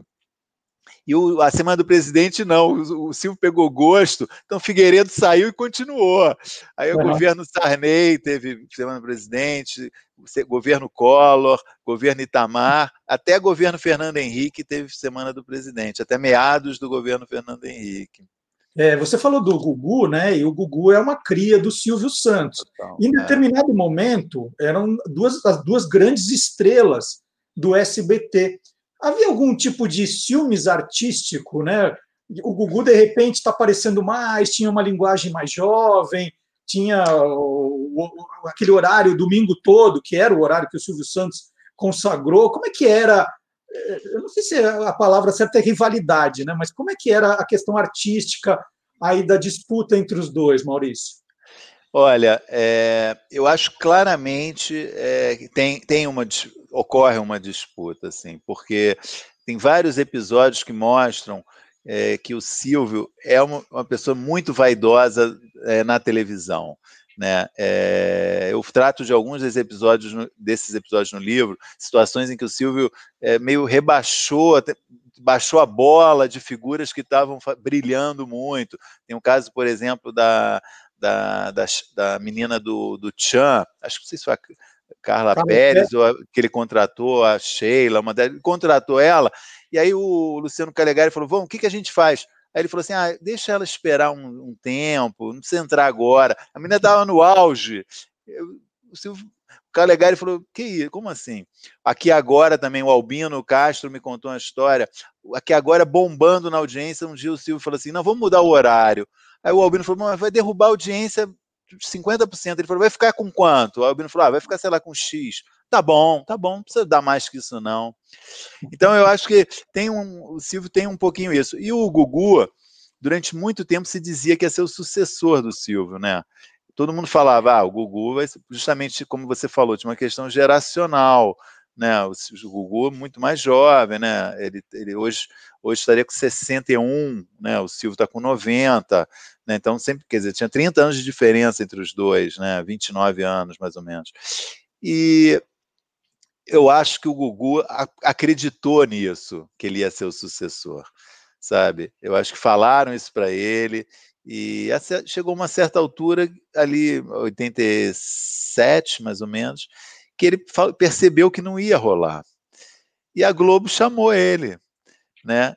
E o, a Semana do Presidente, não, o, o Silvio pegou gosto, então Figueiredo saiu e continuou. Aí o uhum. governo Sarney teve Semana do Presidente, o governo Collor, governo Itamar, até governo Fernando Henrique teve Semana do Presidente, até meados do governo Fernando Henrique. É, você falou do Gugu, né? E o Gugu é uma cria do Silvio Santos. Então, em determinado é. momento, eram duas, as duas grandes estrelas do S B T. Havia algum tipo de ciúmes artístico, né? O Gugu, de repente, está aparecendo mais, tinha uma linguagem mais jovem, tinha o, o, aquele horário domingo todo, que era o horário que o Silvio Santos consagrou. Como é que era? Eu não sei se a palavra certa é rivalidade, né? Mas como é que era a questão artística aí da disputa entre os dois, Maurício? Olha, é, eu acho claramente é, que tem, tem uma, ocorre uma disputa, assim, porque tem vários episódios que mostram é, que o Silvio é uma, uma pessoa muito vaidosa é, na televisão. Né? É, eu trato de alguns desses episódios, no, desses episódios no livro, situações em que o Silvio é, meio rebaixou, até, baixou a bola de figuras que estavam brilhando muito. Tem um caso, por exemplo, da, da, da, da menina do, do Tchan, acho que não sei se foi a Carla Carlos Pérez, ou a, que ele contratou, a Sheila, uma delas, ele contratou ela, e aí o Luciano Calegari falou, vamos, o que, que a gente faz? Aí ele falou assim, ah, deixa ela esperar um, um tempo, não precisa entrar agora. A menina estava no auge. Eu, o Silvio Calegari falou, que isso? Como assim? Aqui agora também, o Albino Castro me contou uma história, aqui agora bombando na audiência, um dia o Silvio falou assim, não, vamos mudar o horário. Aí o Albino falou, mas vai derrubar a audiência cinquenta por cento. Ele falou, vai ficar com quanto? O Albino falou, ah, vai ficar, sei lá, com X. Tá bom, tá bom, não precisa dar mais que isso, não. Então, eu acho que tem um, o Silvio tem um pouquinho isso. E o Gugu, durante muito tempo, se dizia que ia ser o sucessor do Silvio, né? Todo mundo falava, ah, o Gugu vai ser, justamente como você falou, tinha uma questão geracional, né? O, o Gugu é muito mais jovem, né? Ele, ele hoje, hoje estaria com sessenta e um, né? O Silvio está com noventa, né? Então, sempre, quer dizer, tinha trinta anos de diferença entre os dois, né? vinte e nove anos, mais ou menos. E eu acho que o Gugu acreditou nisso, que ele ia ser o sucessor, sabe? Eu acho que falaram isso para ele, e chegou uma certa altura, ali, oitenta e sete, mais ou menos, que ele percebeu que não ia rolar. E a Globo chamou ele, né?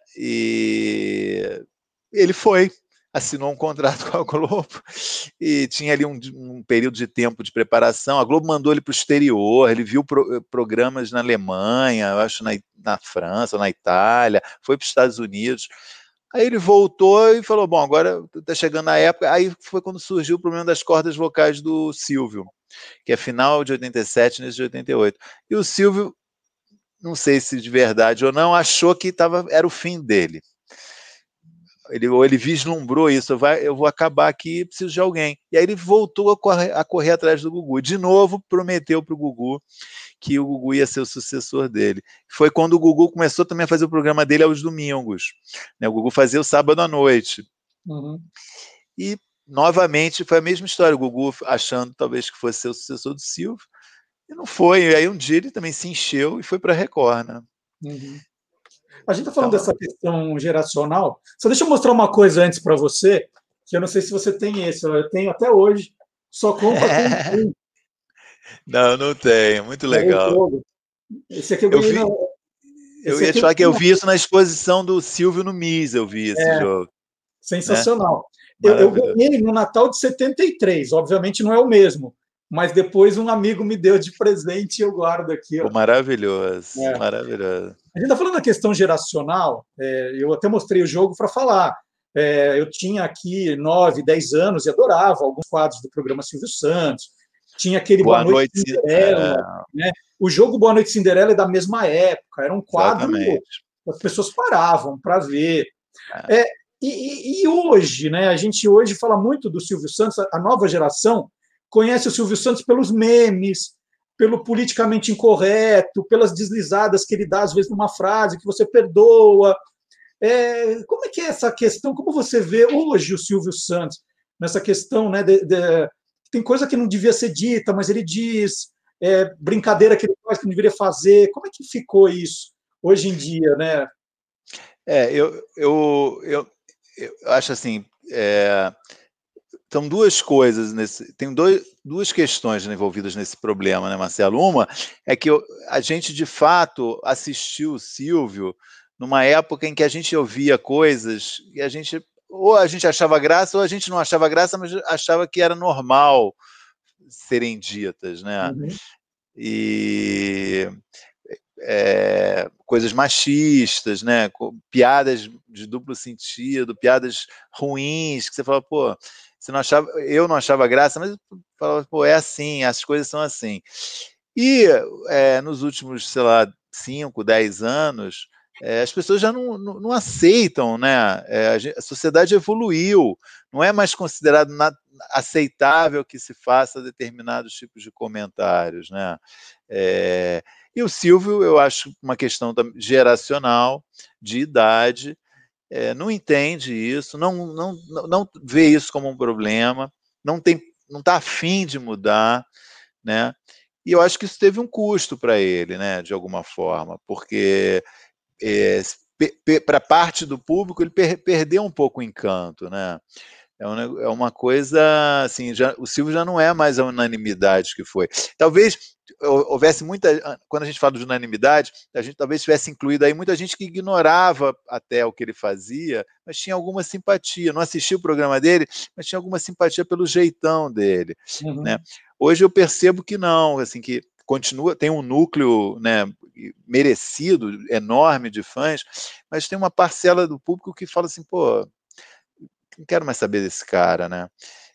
E ele foi, assinou um contrato com a Globo e tinha ali um, um período de tempo de preparação. A Globo mandou ele para o exterior, ele viu pro, programas na Alemanha, eu acho na, na França, na Itália, foi para os Estados Unidos. Aí ele voltou e falou, bom, agora está chegando a época. Aí foi quando surgiu o problema das cordas vocais do Silvio, que é final de oitenta e sete, início de oitenta e oito. E o Silvio, não sei se de verdade ou não, achou que tava, era o fim dele. Ele, ou ele vislumbrou isso, vai, eu vou acabar aqui, preciso de alguém. E aí ele voltou a correr, a correr atrás do Gugu. De novo, prometeu para o Gugu que o Gugu ia ser o sucessor dele. Foi quando o Gugu começou também a fazer o programa dele aos domingos. Né? O Gugu fazia o sábado à noite. Uhum. E, novamente, foi a mesma história. O Gugu achando talvez que fosse ser o sucessor do Silvio, e não foi. E aí um dia ele também se encheu e foi para a Record, né? Uhum. A gente está falando então, dessa questão geracional. Só deixa eu mostrar uma coisa antes para você, que eu não sei se você tem esse, eu tenho até hoje, só compra com Não, não tenho. Muito É o legal. jogo. Esse aqui eu Eu ganhei vi, na. eu Esse ia te aqui eu falar que eu ganhei vi isso na exposição do Silvio no M I S, eu vi esse na. jogo, né? Sensacional. Eu, eu Maravilhoso. ganhei no Natal de setenta e três, obviamente não é o mesmo, mas depois um amigo me deu de presente e eu guardo aqui. Pô, Ó. maravilhoso, É. maravilhoso. A gente está falando da questão geracional, é, eu até mostrei o jogo para falar. É, eu tinha aqui nove, dez anos e adorava alguns quadros do programa Silvio Santos. Tinha aquele Boa Boa Noite noite. Ci- Cinderela. É, Né? O jogo Boa Noite Cinderela é da mesma época, era um quadro exatamente. que as pessoas paravam para ver. É. É, e, e, e hoje, né? A gente hoje fala muito do Silvio Santos, a nova geração conhece o Silvio Santos pelos memes, pelo politicamente incorreto, pelas deslizadas que ele dá, às vezes, numa frase que você perdoa. É, como é que é essa questão? Como você vê hoje o Silvio Santos nessa questão, né? De, de, tem coisa que não devia ser dita, mas ele diz, é, brincadeira que ele faz que não deveria fazer. Como é que ficou isso hoje em dia, né? É, eu, eu, eu, eu acho assim, é, são duas coisas nesse, tem dois, duas questões envolvidas nesse problema, né, Marcelo? Uma é que eu, a gente de fato assistiu o Silvio numa época em que a gente ouvia coisas e a gente ou a gente achava graça ou a gente não achava graça, mas achava que era normal serem ditas, né? Uhum. E é, coisas machistas, né? Piadas de duplo sentido, piadas ruins, que você fala, pô, você não achava, eu não achava graça, mas falava, pô, é assim, as coisas são assim. E é, nos últimos, sei lá, cinco, dez anos, é, as pessoas já não, não, não aceitam, né? É, a, a sociedade evoluiu, não é mais considerado na, aceitável que se faça determinados tipos de comentários, né? É, e o Silvio, eu acho uma questão geracional, de idade, é, não entende isso, não, não, não vê isso como um problema, não tem, não está afim de mudar, né? E eu acho que isso teve um custo para ele, né? De alguma forma, porque é, para parte do público ele per, perdeu um pouco o encanto, né? É, um, é uma coisa assim, já, o Silvio já não é mais a unanimidade que foi. Talvez houvesse muita, quando a gente fala de unanimidade, a gente talvez tivesse incluído aí muita gente que ignorava até o que ele fazia, mas tinha alguma simpatia, não assistia o programa dele, mas tinha alguma simpatia pelo jeitão dele, Uhum. né? Hoje eu percebo que não, assim, que continua, tem um núcleo, né, merecido, enorme de fãs, mas tem uma parcela do público que fala assim, pô, não quero mais saber desse cara, né?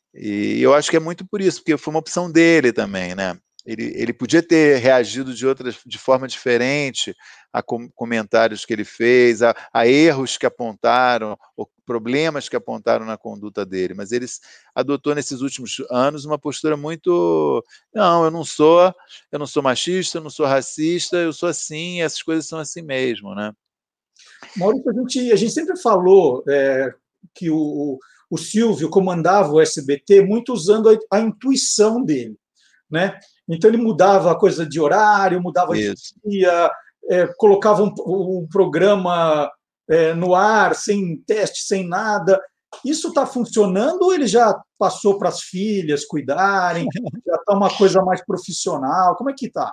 E eu acho que é muito por isso, porque foi uma opção dele também, né? Ele, ele podia ter reagido de outras, de forma diferente a com, comentários que ele fez, a, a erros que apontaram, ou problemas que apontaram na conduta dele, mas ele adotou nesses últimos anos uma postura muito, não, eu não sou, eu não sou machista, eu não sou racista, eu sou assim, essas coisas são assim mesmo, né? Maurício, a gente, a gente sempre falou é, que o, o Silvio comandava o S B T muito usando a, a intuição dele, né? Então ele mudava a coisa de horário, mudava de Isso. dia, é, colocava um, um programa é, no ar, sem teste, sem nada. Isso está funcionando ou ele já passou para as filhas cuidarem? Já está uma coisa mais profissional? Como é que está?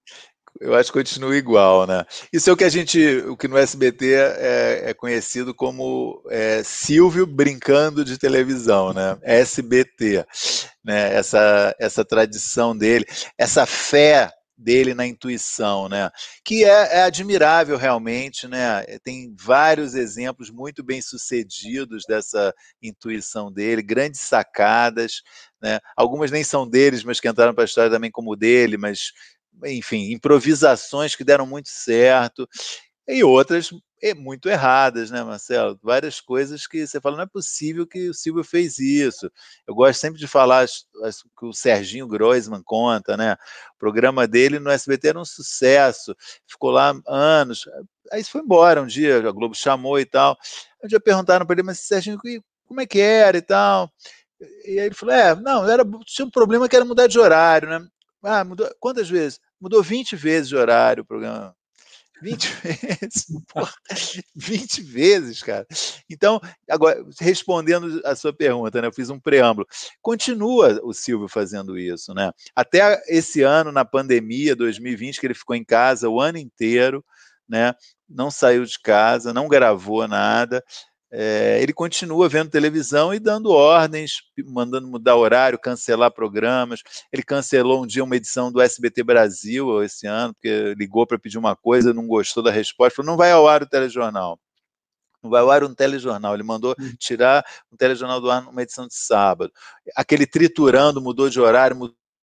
Eu acho que continua igual, né? Isso é o que a gente, o que no S B T é, é conhecido como é, Silvio brincando de televisão, né? S B T, né? Essa, essa tradição dele, essa fé dele na intuição, né? Que é, é admirável realmente, né? Tem vários exemplos muito bem sucedidos dessa intuição dele, grandes sacadas, né? Algumas nem são deles, mas que entraram para a história também como dele, mas enfim, improvisações que deram muito certo, e outras muito erradas, né, Marcelo? Várias coisas que você fala, não é possível que o Silvio fez isso. Eu gosto sempre de falar que o Serginho Groisman conta, né? O programa dele no S B T era um sucesso, ficou lá anos, aí foi embora um dia, a Globo chamou e tal. Um dia perguntaram para ele, mas Serginho, como é que era e tal? E aí ele falou, é, não, era, tinha um problema que era mudar de horário, né? Ah, mudou quantas vezes? Mudou vinte vezes de horário o programa. vinte vezes, porra, vinte vezes, cara. Então, agora, respondendo a sua pergunta, né, eu fiz um preâmbulo. Continua o Silvio fazendo isso, né? Até esse ano, na pandemia, dois mil e vinte, que ele ficou em casa o ano inteiro, né? Não saiu de casa, não gravou nada. É, ele continua vendo televisão e dando ordens, mandando mudar horário, cancelar programas. Ele cancelou um dia uma edição do S B T Brasil esse ano, porque ligou para pedir uma coisa, não gostou da resposta, falou, não vai ao ar o telejornal. Não vai ao ar um telejornal. Ele mandou tirar um telejornal do ar numa edição de sábado. Aquele triturando mudou de horário,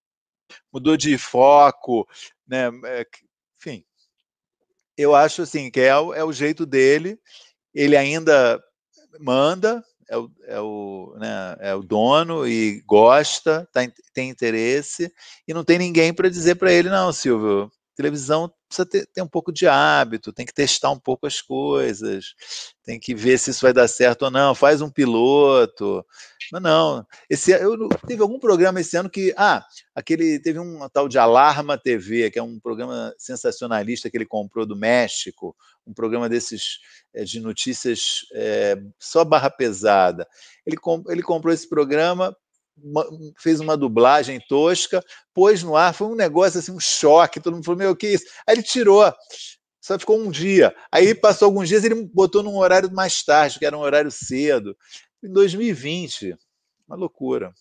mudou de foco, né? Enfim, eu acho assim, que é o, é o jeito dele. Ele ainda manda, é o, é, o, né, é o dono e gosta, tá, tem interesse, e não tem ninguém para dizer para ele, não, Silvio, televisão precisa ter, ter um pouco de hábito, tem que testar um pouco as coisas, tem que ver se isso vai dar certo ou não, faz um piloto. Mas não, esse, eu, teve algum programa esse ano que, ah, aquele, teve um tal de Alarma T V, que é um programa sensacionalista que ele comprou do México, um programa desses é, de notícias é, só barra pesada. Ele, comp, ele comprou esse programa, uma, fez uma dublagem tosca, pôs no ar, foi um negócio assim, um choque, todo mundo falou, meu, o que é isso? Aí ele tirou, só ficou um dia. Aí passou alguns dias, ele botou num horário mais tarde, que era um horário cedo. Em dois mil e vinte, uma loucura.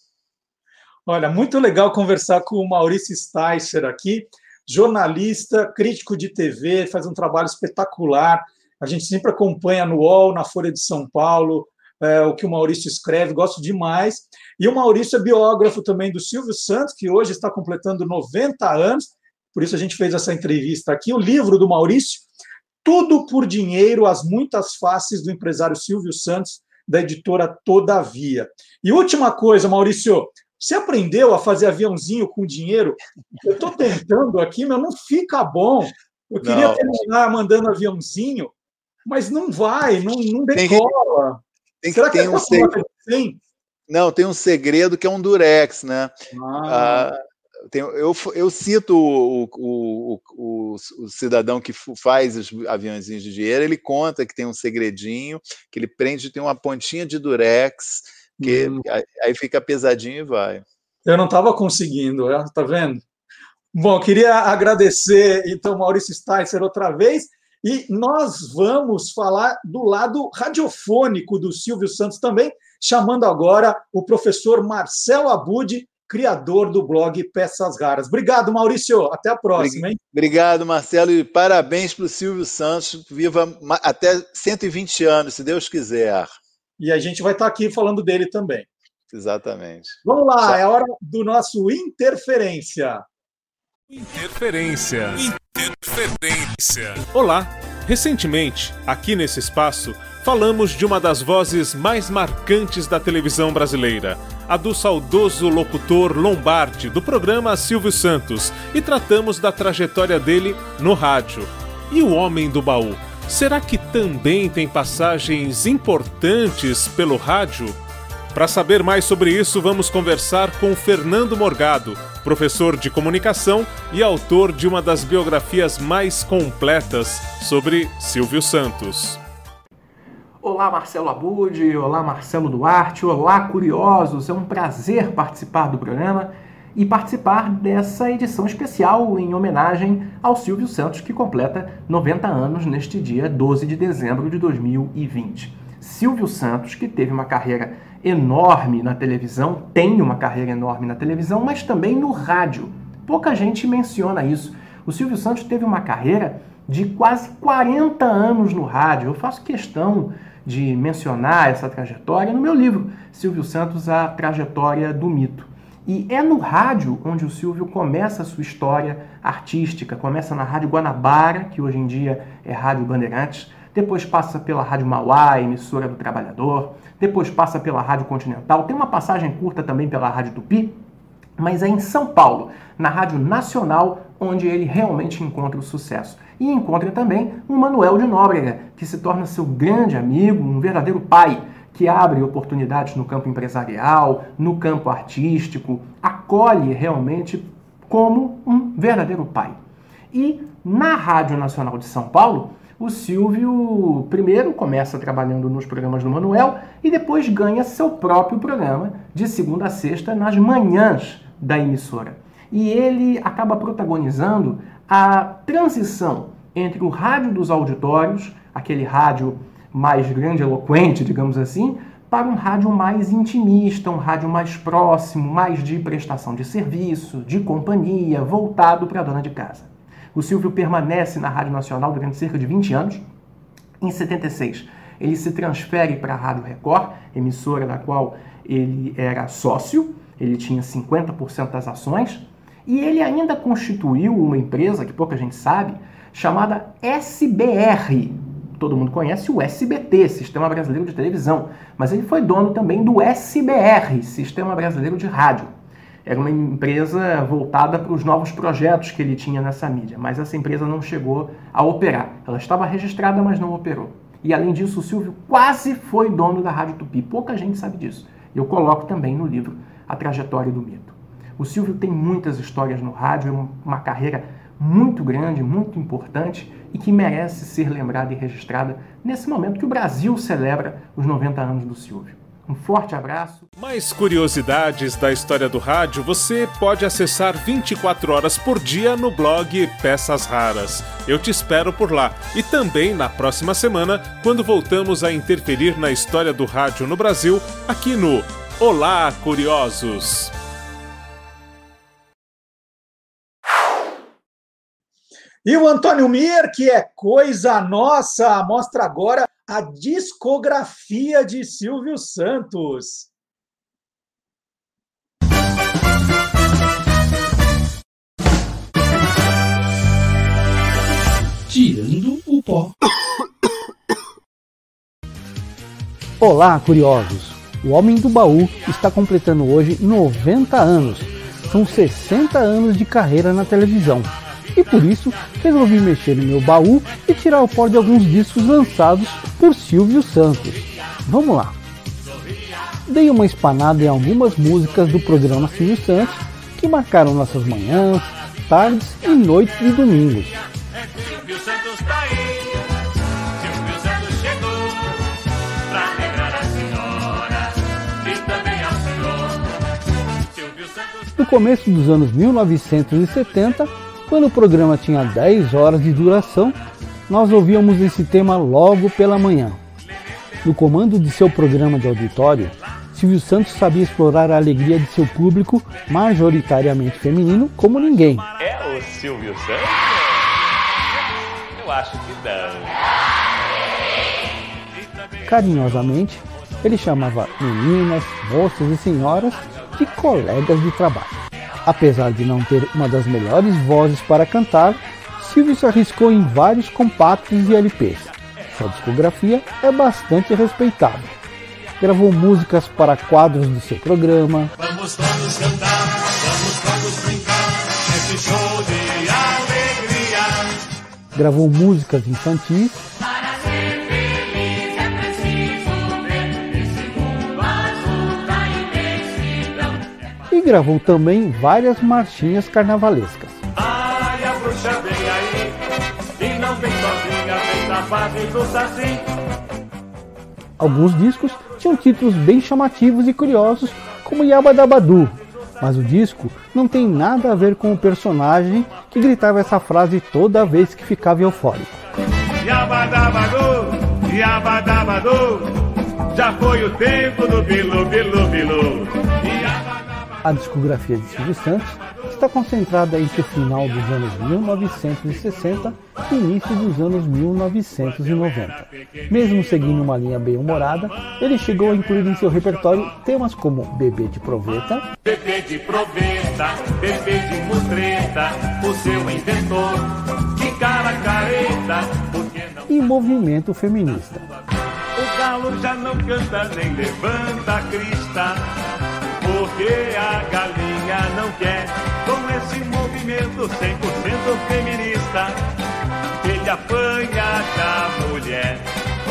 Olha, muito legal conversar com o Maurício Sticer aqui, jornalista, crítico de T V, faz um trabalho espetacular. A gente sempre acompanha no U O L, na Folha de São Paulo, é, o que o Maurício escreve, gosto demais. E o Maurício é biógrafo também do Silvio Santos, que hoje está completando noventa anos, por isso a gente fez essa entrevista aqui. O livro do Maurício, Tudo por Dinheiro, as muitas faces do empresário Silvio Santos, da editora Todavia. E última coisa, Maurício, você aprendeu a fazer aviãozinho com dinheiro? Eu estou tentando aqui, mas não fica bom. Eu queria não. terminar mandando aviãozinho, mas não vai, não, não decola. Tem que, tem que Será que um segredo? Sim? Não, tem um segredo que é um durex, né? Ah. Ah, tem, eu, eu cito o, o, o, o cidadão que faz os aviãozinhos de dinheiro, ele conta que tem um segredinho, que ele prende, tem uma pontinha de durex, que hum. aí fica pesadinho e vai. Eu não estava conseguindo, tá vendo? Bom, queria agradecer, então, Maurício Sticer outra vez, e nós vamos falar do lado radiofônico do Silvio Santos também, chamando agora o professor Marcelo Abud, criador do blog Peças Raras. Obrigado, Maurício. Até a próxima, hein? Obrigado, Marcelo, e parabéns para o Silvio Santos. Viva até cento e vinte anos, se Deus quiser. E a gente vai estar aqui falando dele também. Exatamente. Vamos lá, Tchau. É hora do nosso Interferência. Interferência. Interferência. Olá. Recentemente, aqui nesse espaço, falamos de uma das vozes mais marcantes da televisão brasileira, a do saudoso locutor Lombardi, do programa Silvio Santos, e tratamos da trajetória dele no rádio. E o Homem do Baú? Será que também tem passagens importantes pelo rádio? Para saber mais sobre isso, vamos conversar com Fernando Morgado, professor de comunicação e autor de uma das biografias mais completas sobre Silvio Santos. Olá, Marcelo Abud, olá, Marcelo Duarte, olá, curiosos! É um prazer participar do programa e participar dessa edição especial em homenagem ao Silvio Santos, que completa noventa anos neste dia doze de dezembro de dois mil e vinte. Silvio Santos, que teve uma carreira enorme na televisão, tem uma carreira enorme na televisão, mas também no rádio. Pouca gente menciona isso. O Silvio Santos teve uma carreira de quase quarenta anos no rádio. Eu faço questão de mencionar essa trajetória no meu livro, Silvio Santos, a trajetória do mito. E é no rádio onde o Silvio começa a sua história artística. Começa na Rádio Guanabara, que hoje em dia é Rádio Bandeirantes, depois passa pela Rádio Mauá, emissora do Trabalhador, depois passa pela Rádio Continental, tem uma passagem curta também pela Rádio Tupi, mas é em São Paulo, na Rádio Nacional, onde ele realmente encontra o sucesso. E encontra também o Manuel de Nóbrega, que se torna seu grande amigo, um verdadeiro pai, que abre oportunidades no campo empresarial, no campo artístico, acolhe realmente como um verdadeiro pai. E na Rádio Nacional de São Paulo, o Silvio primeiro começa trabalhando nos programas do Manuel e depois ganha seu próprio programa de segunda a sexta nas manhãs da emissora. E ele acaba protagonizando a transição entre o rádio dos auditórios, aquele rádio mais grandiloquente, digamos assim, para um rádio mais intimista, um rádio mais próximo, mais de prestação de serviço, de companhia, voltado para a dona de casa. O Silvio permanece na Rádio Nacional durante cerca de vinte anos. Em setenta e seis, ele se transfere para a Rádio Record, emissora da qual ele era sócio, ele tinha cinquenta por cento das ações, e ele ainda constituiu uma empresa, que pouca gente sabe, chamada S B R. Todo mundo conhece o S B T, Sistema Brasileiro de Televisão, mas ele foi dono também do S B R, Sistema Brasileiro de Rádio. Era uma empresa voltada para os novos projetos que ele tinha nessa mídia, mas essa empresa não chegou a operar. Ela estava registrada, mas não operou. E além disso, o Silvio quase foi dono da Rádio Tupi. Pouca gente sabe disso. Eu coloco também no livro A Trajetória do Mito. O Silvio tem muitas histórias no rádio, uma carreira muito grande, muito importante e que merece ser lembrada e registrada nesse momento que o Brasil celebra os noventa anos do Silvio. Um forte abraço. Mais curiosidades da história do rádio você pode acessar vinte e quatro horas por dia no blog Peças Raras. Eu te espero por lá. E também na próxima semana, quando voltamos a interferir na história do rádio no Brasil, aqui no Olá, Curiosos! E o Antônio Mir, que é coisa nossa, mostra agora a discografia de Silvio Santos. Tirando o pó. Olá, curiosos! O Homem do Baú está completando hoje noventa anos. São sessenta anos de carreira na televisão. E por isso, resolvi mexer no meu baú e tirar o pó de alguns discos lançados por Silvio Santos. Vamos lá! Dei uma espanada em algumas músicas do programa Silvio Santos que marcaram nossas manhãs, tardes e noites de domingos. Silvio Santos tá aí, Silvio Santos chegou pra lembrar a senhora e também ao senhor. Silvio Santos... No começo dos anos mil novecentos e setenta, quando o programa tinha dez horas de duração, nós ouvíamos esse tema logo pela manhã. No comando de seu programa de auditório, Silvio Santos sabia explorar a alegria de seu público, majoritariamente feminino, como ninguém. É o Silvio Santos? Eu acho que não. Carinhosamente, ele chamava meninas, moças e senhoras de colegas de trabalho. Apesar de não ter uma das melhores vozes para cantar, Silvio se arriscou em vários compactos e L Ps. Sua discografia é bastante respeitável. Gravou músicas para quadros do seu programa. Vamos todos cantar, vamos todos brincar, esse show de alegria. Gravou músicas infantis. Para ser feliz é preciso ver esse mundo azul da imensidão. E gravou também várias marchinhas carnavalescas. Ai, a bruxa vem aí, e não vem sozinha, vem na base do saci. Alguns discos tinham títulos bem chamativos e curiosos, como Yabadabadu, mas o disco não tem nada a ver com o personagem que gritava essa frase toda vez que ficava eufórico. Yabadabadu, Yabadabadu, já foi o tempo do bilu, bilu, bilu. A discografia de Silvio Santos está concentrada entre o final dos anos mil novecentos e sessenta e início dos anos mil novecentos e noventa. Mesmo seguindo uma linha bem humorada, ele chegou a incluir em seu repertório temas como Bebê de Proveta, Bebê de Proveta, bebê de mutreta, o seu inventor, que cara careta, porque não... e Movimento Feminista. O galo já não canta nem levanta a crista, porque a galinha não quer, com esse movimento cem por cento feminista, ele apanha da mulher.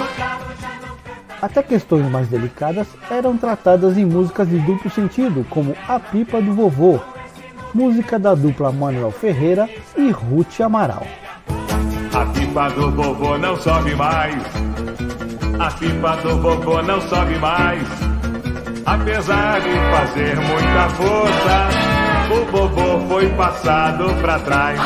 Até questões mais delicadas eram tratadas em músicas de duplo sentido, como A Pipa do Vovô, música da dupla Manuel Ferreira e Ruth Amaral. A pipa do vovô não sobe mais. A pipa do vovô não sobe mais. Apesar de fazer muita força, o vovô foi passado pra trás.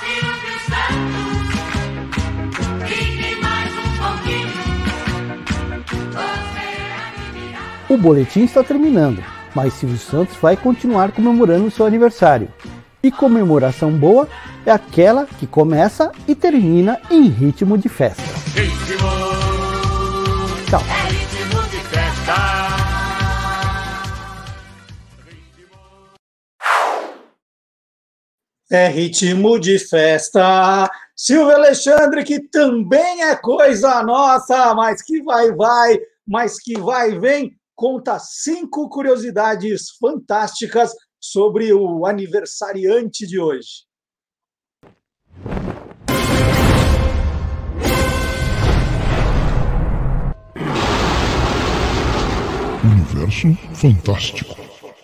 O boletim está terminando, mas Silvio Santos vai continuar comemorando seu aniversário. E comemoração boa é aquela que começa e termina em ritmo de festa. Ritmo, Tchau. é ritmo de festa. É ritmo de festa. Silvio Alexandre, que também é coisa nossa, mas que vai, vai, mas que vai, vem, conta cinco curiosidades fantásticas sobre o aniversariante de hoje. Universo Fantástico.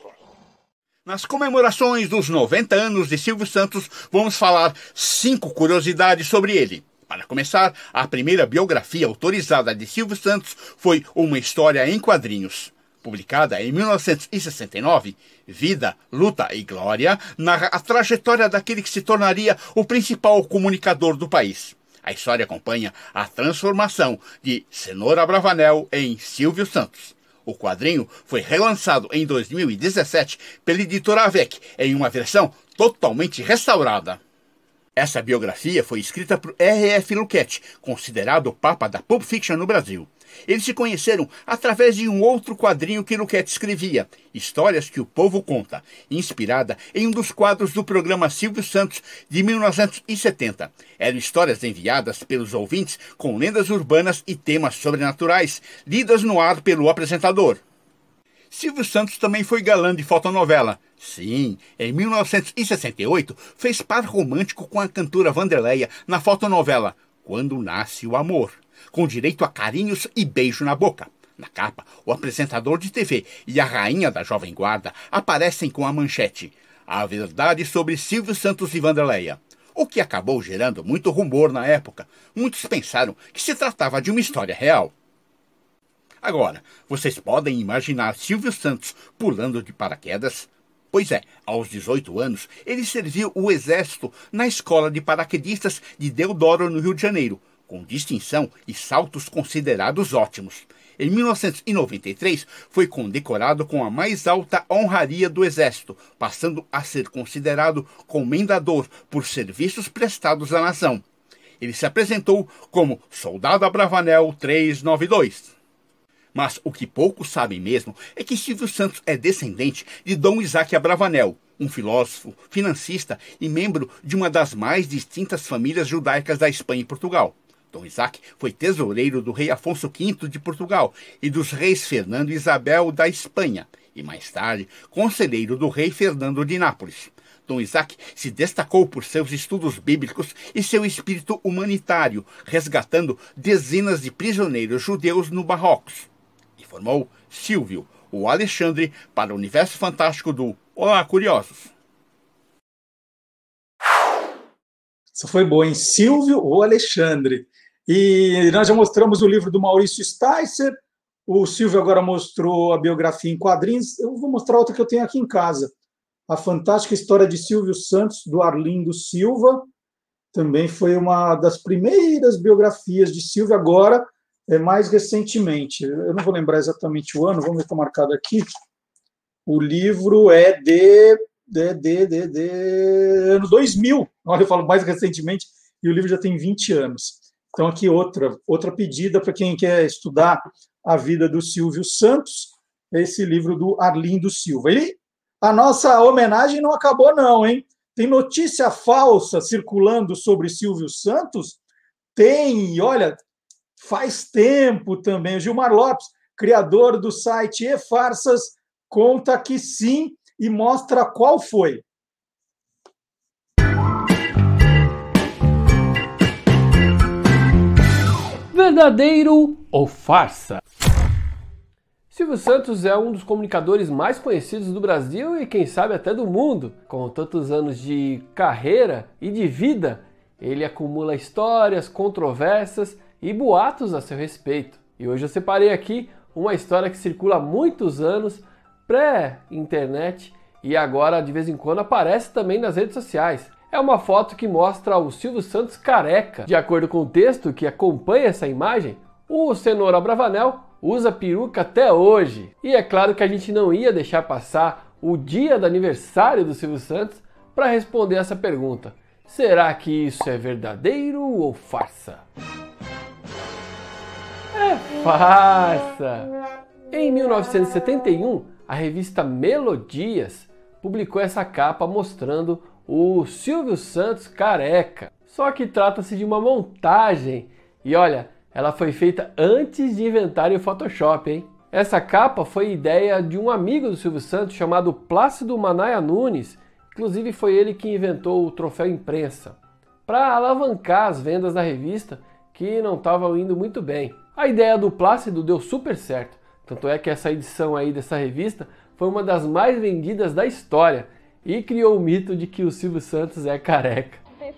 Nas comemorações dos noventa anos de Silvio Santos, vamos falar cinco curiosidades sobre ele. Para começar, a primeira biografia autorizada de Silvio Santos foi Uma História em Quadrinhos. Publicada em mil novecentos e sessenta e nove, Vida, Luta e Glória narra a trajetória daquele que se tornaria o principal comunicador do país. A história acompanha a transformação de Cenoura Bravanel em Silvio Santos. O quadrinho foi relançado em dois mil e dezessete pela editora Avec em uma versão totalmente restaurada. Essa biografia foi escrita por R F Luquete, considerado o papa da Pulp Fiction no Brasil. Eles se conheceram através de um outro quadrinho que Luquete escrevia, Histórias que o Povo Conta, inspirada em um dos quadros do programa Silvio Santos de mil novecentos e setenta. Eram histórias enviadas pelos ouvintes com lendas urbanas e temas sobrenaturais, lidas no ar pelo apresentador. Silvio Santos também foi galã de fotonovela. Sim, em mil novecentos e sessenta e oito, fez par romântico com a cantora Wanderleia na fotonovela Quando Nasce o Amor, com direito a carinhos e beijo na boca. Na capa, o apresentador de T V e a rainha da Jovem Guarda aparecem com a manchete A Verdade sobre Silvio Santos e Wanderleia, o que acabou gerando muito rumor na época. Muitos pensaram que se tratava de uma história real. Agora, vocês podem imaginar Silvio Santos pulando de paraquedas? Pois é, aos dezoito anos, ele serviu o exército na escola de paraquedistas de Deodoro, no Rio de Janeiro, com distinção e saltos considerados ótimos. Em mil novecentos e noventa e três, foi condecorado com a mais alta honraria do Exército, passando a ser considerado comendador por serviços prestados à nação. Ele se apresentou como Soldado Abravanel trezentos e noventa e dois. Mas o que poucos sabem mesmo é que Silvio Santos é descendente de Dom Isaac Abravanel, um filósofo, financista e membro de uma das mais distintas famílias judaicas da Espanha e Portugal. Dom Isaac foi tesoureiro do rei Afonso quinto de Portugal e dos reis Fernando e Isabel da Espanha, e mais tarde, conselheiro do rei Fernando de Nápoles. Dom Isaac se destacou por seus estudos bíblicos e seu espírito humanitário, resgatando dezenas de prisioneiros judeus no Marrocos. E formou Silvio, o Alexandre, para o universo fantástico do Olá, Curiosos. Isso foi bom, hein? Silvio ou Alexandre. E nós já mostramos o livro do Maurício Sticer, o Silvio agora mostrou a biografia em quadrinhos, eu vou mostrar outra que eu tenho aqui em casa. A Fantástica História de Silvio Santos, do Arlindo Silva, também foi uma das primeiras biografias de Silvio, agora, é, mais recentemente. Eu não vou lembrar exatamente o ano, vamos ver se está marcado aqui. O livro é de, de, de, de, de ano dois mil. Olha, eu falo mais recentemente, e o livro já tem vinte anos. Então, aqui outra, outra pedida para quem quer estudar a vida do Silvio Santos, esse livro do Arlindo Silva. E a nossa homenagem não acabou não, hein? Tem notícia falsa circulando sobre Silvio Santos? Tem, e olha, faz tempo também. O Gilmar Lopes, criador do site E-Farsas, conta que sim e mostra qual foi. Verdadeiro ou farsa? Silvio Santos é um dos comunicadores mais conhecidos do Brasil e quem sabe até do mundo. Com tantos anos de carreira e de vida, ele acumula histórias, controvérsias e boatos a seu respeito. E hoje eu separei aqui uma história que circula há muitos anos, pré-internet, e agora de vez em quando aparece também nas redes sociais. É uma foto que mostra o Silvio Santos careca. De acordo com o texto que acompanha essa imagem, o Cenoura Bravanel usa peruca até hoje. E é claro que a gente não ia deixar passar o dia do aniversário do Silvio Santos para responder essa pergunta. Será que isso é verdadeiro ou farsa? É farsa! Em mil novecentos e setenta e um, a revista Melodias publicou essa capa mostrando o Silvio Santos careca. Só que trata-se de uma montagem. E olha, ela foi feita antes de inventarem o Photoshop, hein? Essa capa foi ideia de um amigo do Silvio Santos chamado Plácido Manaia Nunes. Inclusive foi ele que inventou o troféu imprensa, para alavancar as vendas da revista, que não estavam indo muito bem. A ideia do Plácido deu super certo, tanto é que essa edição aí dessa revista foi uma das mais vendidas da história e criou o mito de que o Silvio Santos é careca.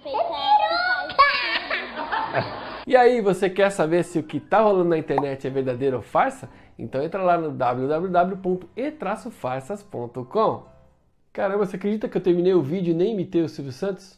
E aí, você quer saber se o que tá rolando na internet é verdadeiro ou farsa? Então entra lá no w w w ponto e traço farsas ponto com. Caramba, você acredita que eu terminei o vídeo e nem imitei o Silvio Santos?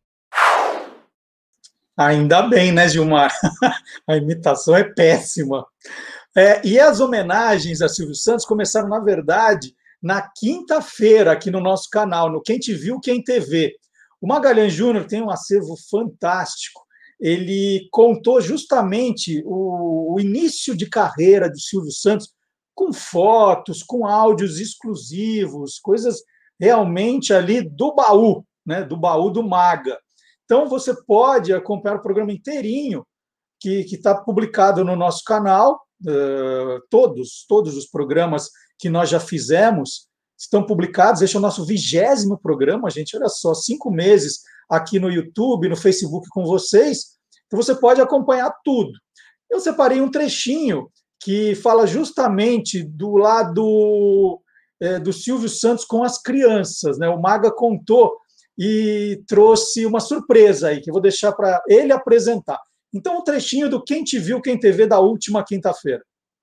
Ainda bem, né, Gilmar? A imitação é péssima. É, e as homenagens a Silvio Santos começaram, na verdade, na quinta-feira aqui no nosso canal, no Quem Te Viu, Quem Te Vê. O Magalhães Júnior tem um acervo fantástico. Ele contou justamente o, o início de carreira do Silvio Santos com fotos, com áudios exclusivos, coisas realmente ali do baú, né, do baú do Maga. Então, você pode acompanhar o programa inteirinho, que está publicado no nosso canal. Uh, todos, todos os programas que nós já fizemos estão publicados. Este é o nosso vigésimo programa, gente. Olha só, cinco meses aqui no YouTube, no Facebook com vocês. Então, você pode acompanhar tudo. Eu separei um trechinho que fala justamente do lado é, do Silvio Santos com as crianças, né? O Maga contou e trouxe uma surpresa aí, que eu vou deixar para ele apresentar. Então, um trechinho do Quem Te Viu, Quem Te Vê da última quinta-feira.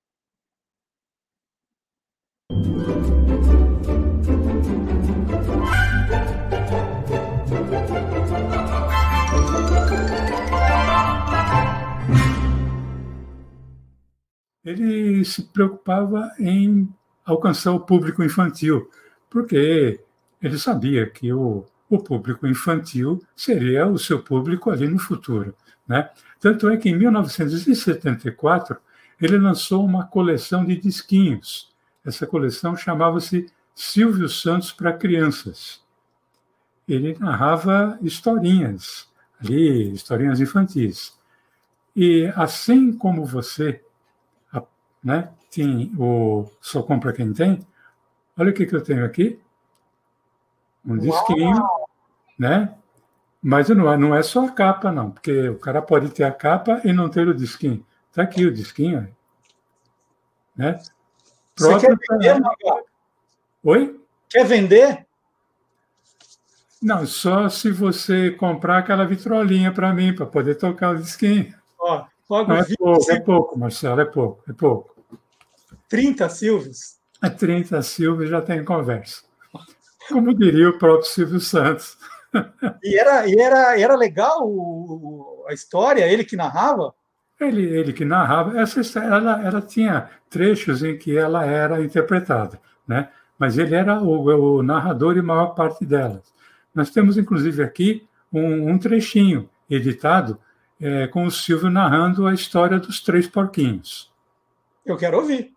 Ele se preocupava em alcançar o público infantil, porque ele sabia que o, o público infantil seria o seu público ali no futuro, né? Tanto é que em mil novecentos e setenta e quatro ele lançou uma coleção de disquinhos. Essa coleção chamava-se Silvio Santos para Crianças. Ele narrava historinhas, ali, historinhas infantis. E assim como você, né, tem o Só Compra Quem Tem, olha o que, que eu tenho aqui. Um disquinho, Uau. Né? Mas não é, não é só a capa, não, porque o cara pode ter a capa e não ter o disquinho. Está aqui o disquinho. Né? Você quer vender, Maga? Oi? Quer vender? Não, só se você comprar aquela vitrolinha para mim, para poder tocar o disquinho. Ó, logo não, é pouco, é pouco, Marcelo, é pouco, é pouco. trinta Silvios? É trinta Silvios já tem conversa. Como diria o próprio Silvio Santos. E era, e era, era legal o, a história, ele que narrava? Ele, ele que narrava. Essa história, ela, ela tinha trechos em que ela era interpretada, né? Mas ele era o, o narrador em maior parte delas. Nós temos, inclusive, aqui um, um trechinho editado é, com o Silvio narrando a história dos três porquinhos. Eu quero ouvir.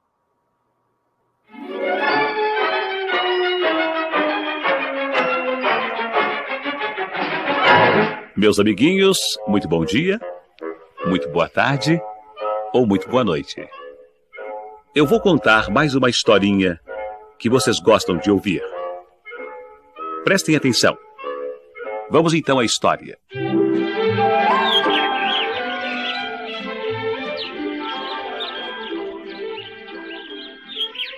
Meus amiguinhos, muito bom dia, muito boa tarde ou muito boa noite. Eu vou contar mais uma historinha que vocês gostam de ouvir. Prestem atenção. Vamos então à história.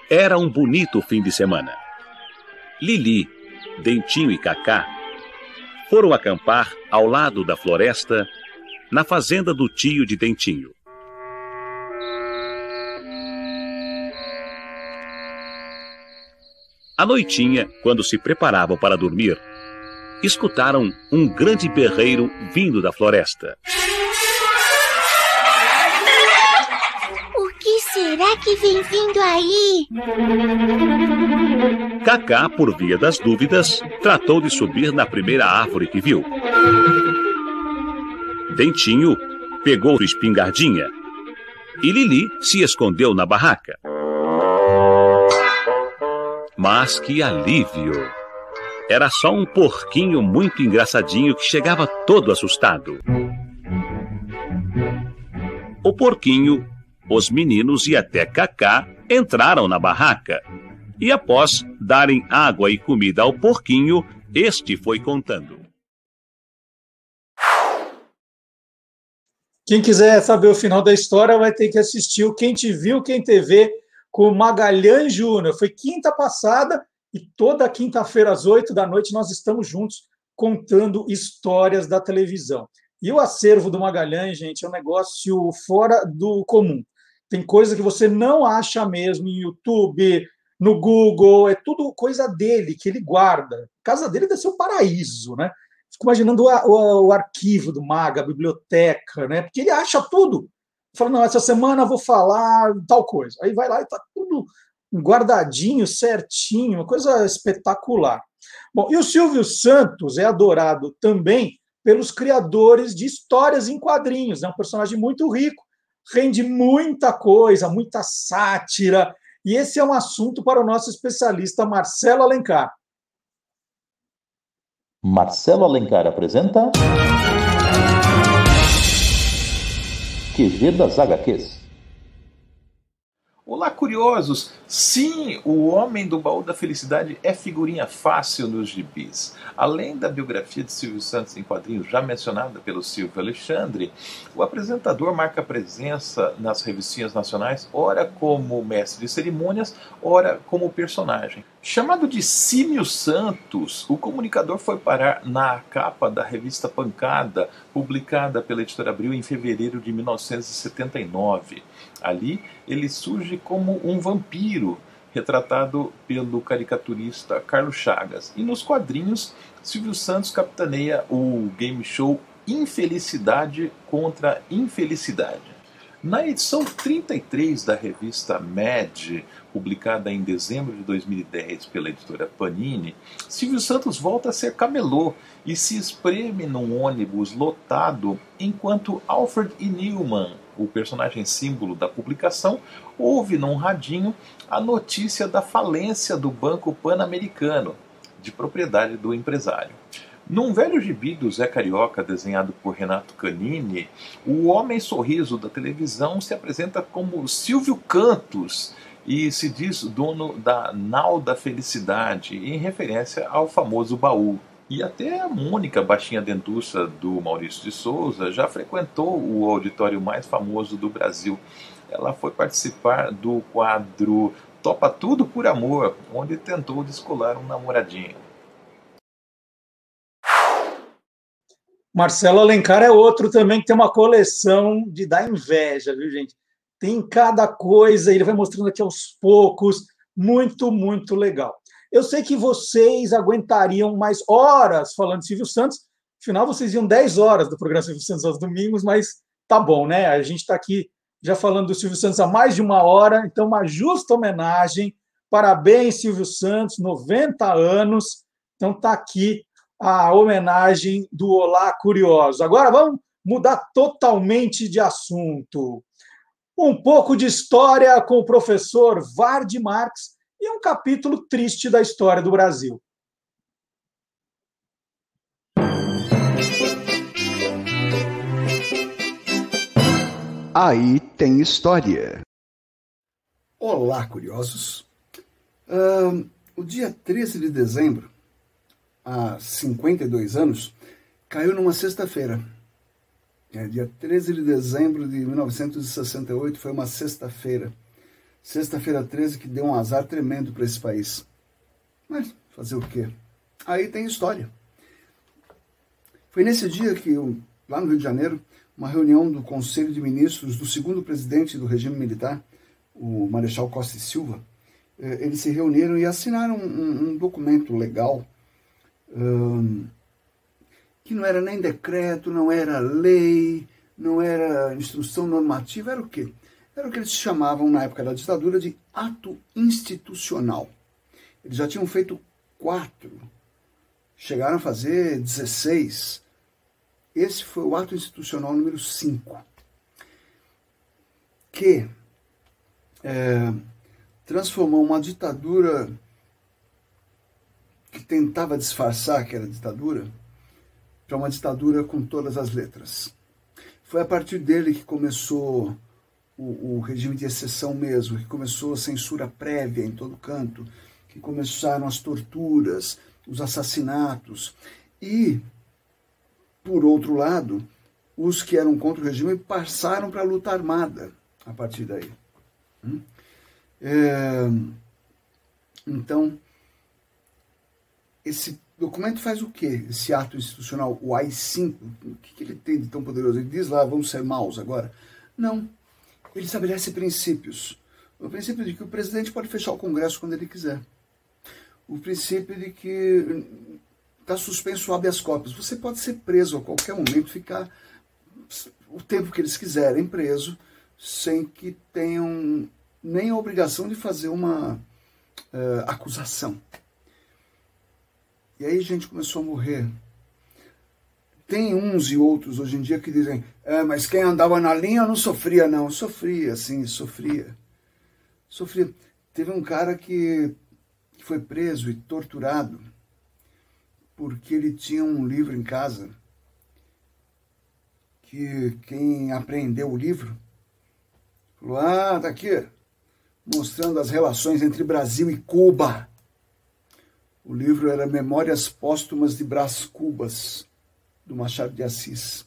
Era um bonito fim de semana. Lili, Dentinho e Cacá foram acampar ao lado da floresta, na fazenda do tio de Dentinho. À noitinha, quando se preparavam para dormir, escutaram um grande berreiro vindo da floresta. O que será que vem vindo aí? Cacá, por via das dúvidas, tratou de subir na primeira árvore que viu. Dentinho pegou sua espingardinha e Lili se escondeu na barraca. Mas que alívio! Era só um porquinho muito engraçadinho que chegava todo assustado. O porquinho, os meninos e até Cacá entraram na barraca. E após darem água e comida ao porquinho, este foi contando. Quem quiser saber o final da história vai ter que assistir o Quem Te Viu, Quem T V, com o Magalhães Júnior. Foi quinta passada e toda quinta-feira às oito da noite nós estamos juntos contando histórias da televisão. E o acervo do Magalhães, gente, é um negócio fora do comum. Tem coisa que você não acha mesmo no YouTube, no Google, é tudo coisa dele, que ele guarda. A casa dele deve ser um paraíso, né? Fico imaginando o, o, o arquivo do Maga, a biblioteca, né? Porque ele acha tudo. Fala, não, essa semana eu vou falar tal coisa. Aí vai lá e está tudo guardadinho, certinho, uma coisa espetacular. Bom, e o Silvio Santos é adorado também pelos criadores de histórias em quadrinhos. É um personagem muito rico, rende muita coisa, muita sátira. E esse é um assunto para o nosso especialista Marcelo Alencar. Marcelo Alencar apresenta Q G das agá quês. Olá, curiosos! Sim, o Homem do Baú da Felicidade é figurinha fácil nos gibis. Além da biografia de Silvio Santos em quadrinhos já mencionada pelo Silvio Alexandre, o apresentador marca presença nas revistinhas nacionais, ora como mestre de cerimônias, ora como personagem. Chamado de Símio Santos, o comunicador foi parar na capa da revista Pancada, publicada pela Editora Abril em fevereiro de mil novecentos e setenta e nove. Ali, ele surge como um vampiro, retratado pelo caricaturista Carlos Chagas. E nos quadrinhos, Silvio Santos capitaneia o game show Infelicidade contra Infelicidade. Na edição trinta e três da revista Mad, publicada em dezembro de dois mil e dez pela editora Panini, Silvio Santos volta a ser camelô e se espreme num ônibus lotado enquanto Alfred E. Neumann, o personagem símbolo da publicação, ouve num radinho a notícia da falência do Banco Pan-Americano, de propriedade do empresário. Num velho gibi do Zé Carioca, desenhado por Renato Canini, o homem sorriso da televisão se apresenta como Silvio Cantos e se diz dono da Nau da Felicidade, em referência ao famoso baú. E até a Mônica Baixinha Dentuça, do Maurício de Souza, já frequentou o auditório mais famoso do Brasil. Ela foi participar do quadro Topa Tudo por Amor, onde tentou descolar um namoradinho. Marcelo Alencar é outro também que tem uma coleção de dar inveja, viu, gente? Tem cada coisa, ele vai mostrando aqui aos poucos, muito, muito legal. Eu sei que vocês aguentariam mais horas falando de Silvio Santos, afinal vocês iam dez horas do programa Silvio Santos aos domingos, mas tá bom, né? A gente está aqui já falando do Silvio Santos há mais de uma hora, então uma justa homenagem. Parabéns, Silvio Santos, noventa anos. Então tá aqui a homenagem do Olá Curioso. Agora vamos mudar totalmente de assunto. Um pouco de história com o professor Vard Marx e um capítulo triste da história do Brasil. Aí tem história. Olá, curiosos. Uh, o dia treze de dezembro, há cinquenta e dois anos, caiu numa sexta-feira. É, dia treze de dezembro de mil novecentos e sessenta e oito foi uma sexta-feira. Sexta-feira treze que deu um azar tremendo para esse país. Mas fazer o quê? Aí tem história. Foi nesse dia que, lá no Rio de Janeiro, uma reunião do Conselho de Ministros do segundo presidente do regime militar, o Marechal Costa e Silva, eles se reuniram e assinaram um, um documento legal, um, que não era nem decreto, não era lei, não era instrução normativa, era o quê? Era o que eles chamavam, na época da ditadura, de ato institucional. Eles já tinham feito quatro, chegaram a fazer dezesseis. Esse foi o ato institucional número cinco, que é, transformou uma ditadura que tentava disfarçar que era ditadura para uma ditadura com todas as letras. Foi a partir dele que começou o, o regime de exceção mesmo, que começou a censura prévia em todo canto, que começaram as torturas, os assassinatos e, por outro lado, os que eram contra o regime passaram para a luta armada a partir daí. É, então, esse documento faz o quê? Esse ato institucional, o A I cinco, o que, que ele tem de tão poderoso? Ele diz lá, vamos ser maus agora? Não. Ele estabelece princípios. O princípio de que o presidente pode fechar o Congresso quando ele quiser. O princípio de que está suspenso o habeas corpus. Você pode ser preso a qualquer momento, ficar o tempo que eles quiserem preso, sem que tenham nem a obrigação de fazer uma uh, acusação. E aí a gente começou a morrer. Tem uns e outros hoje em dia que dizem, é, mas quem andava na linha não sofria, não. Sofria, sim, sofria. Sofria. Teve um cara que foi preso e torturado porque ele tinha um livro em casa que quem apreendeu o livro falou, ah, tá aqui, mostrando as relações entre Brasil e Cuba. O livro era Memórias Póstumas de Brás Cubas, do Machado de Assis.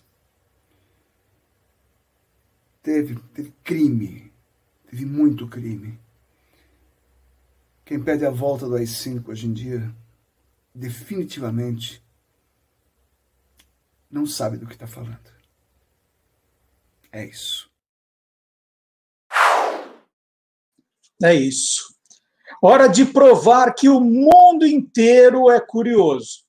Teve, teve crime, teve muito crime. Quem pede a volta do A I cinco hoje em dia, definitivamente, não sabe do que está falando. É isso. É isso. Hora de provar que o mundo inteiro é curioso.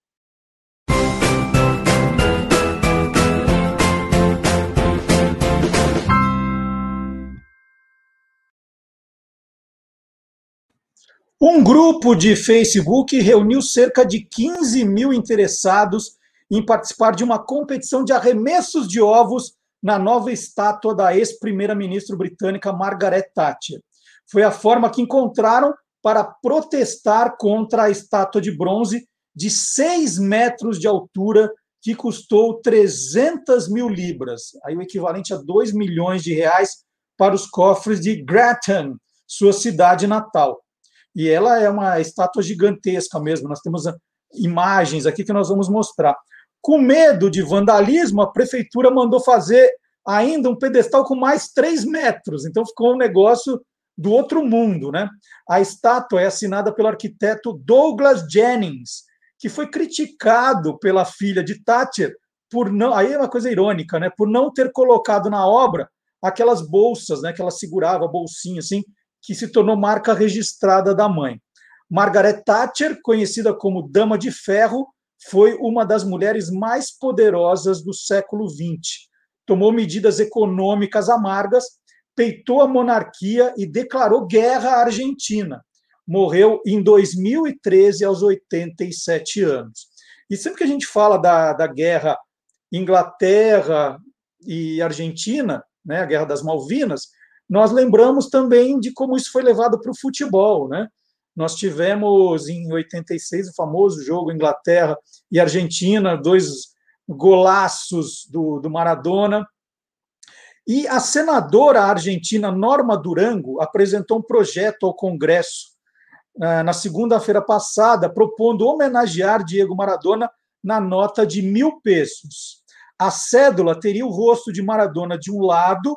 Um grupo de Facebook reuniu cerca de quinze mil interessados em participar de uma competição de arremessos de ovos na nova estátua da ex-primeira-ministra britânica Margaret Thatcher. Foi a forma que encontraram para protestar contra a estátua de bronze de seis metros de altura, que custou trezentas mil libras, aí o equivalente a dois milhões de reais para os cofres de Grattan, sua cidade natal. E ela é uma estátua gigantesca mesmo, nós temos imagens aqui que nós vamos mostrar. Com medo de vandalismo, a prefeitura mandou fazer ainda um pedestal com mais três metros, então ficou um negócio do outro mundo, né? A estátua é assinada pelo arquiteto Douglas Jennings, que foi criticado pela filha de Thatcher por não, aí é uma coisa irônica, né? Por não ter colocado na obra aquelas bolsas, né? Que ela segurava, a bolsinha assim, que se tornou marca registrada da mãe. Margaret Thatcher, conhecida como Dama de Ferro, foi uma das mulheres mais poderosas do século vinte. Tomou medidas econômicas amargas, peitou a monarquia e declarou guerra à Argentina. Morreu em dois mil e treze, aos oitenta e sete anos. E sempre que a gente fala da, da guerra Inglaterra e Argentina, né, a Guerra das Malvinas, nós lembramos também de como isso foi levado para o futebol, né? Nós tivemos, em oitenta e seis, o famoso jogo Inglaterra e Argentina, dois golaços do, do Maradona. E a senadora argentina Norma Durango apresentou um projeto ao Congresso na segunda-feira passada, propondo homenagear Diego Maradona na nota de mil pesos. A cédula teria o rosto de Maradona de um lado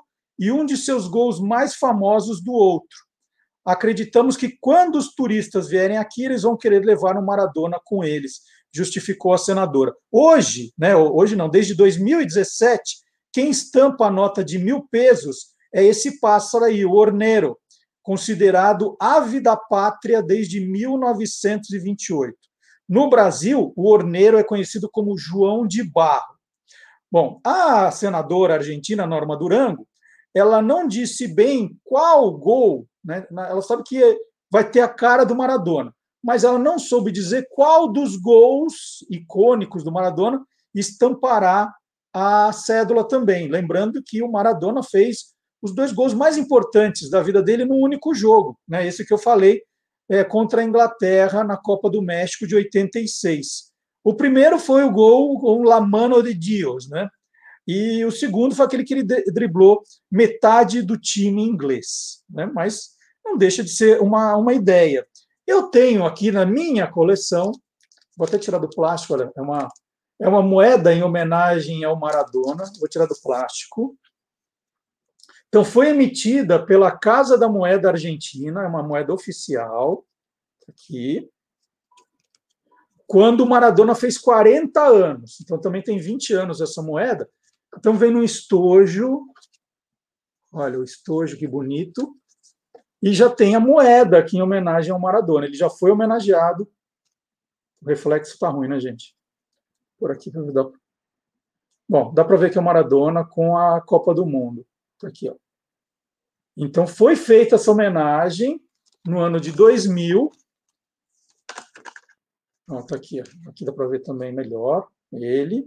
e um de seus gols mais famosos do outro. Acreditamos que quando os turistas vierem aqui, eles vão querer levar o Maradona com eles, justificou a senadora. Hoje, né, hoje não, desde dois mil e dezessete, quem estampa a nota de mil pesos é esse pássaro aí, o orneiro, considerado ave da pátria desde mil novecentos e vinte e oito. No Brasil, o orneiro é conhecido como João de Barro. Bom, a senadora argentina Norma Durango, ela não disse bem qual gol, né? Ela sabe que vai ter a cara do Maradona, mas ela não soube dizer qual dos gols icônicos do Maradona estampará a cédula também. Lembrando que o Maradona fez os dois gols mais importantes da vida dele num único jogo, né? Esse que eu falei, é, contra a Inglaterra na Copa do México de oitenta e seis. O primeiro foi o gol com La Mano de Dios, né? E o segundo foi aquele que ele driblou metade do time inglês, né? Mas não deixa de ser uma, uma ideia. Eu tenho aqui na minha coleção, vou até tirar do plástico, olha, é uma, é uma moeda em homenagem ao Maradona, vou tirar do plástico. Então, foi emitida pela Casa da Moeda Argentina, é uma moeda oficial, aqui, quando o Maradona fez quarenta anos. Então, também tem vinte anos essa moeda. Então, vem num estojo, olha o estojo, que bonito, e já tem a moeda aqui em homenagem ao Maradona. Ele já foi homenageado. O reflexo está ruim, né, gente? Por aqui, dá... Bom, dá para ver que é o Maradona com a Copa do Mundo. Aqui, ó. Então, foi feita essa homenagem no ano de dois mil. Está aqui, ó. Aqui dá para ver também melhor ele.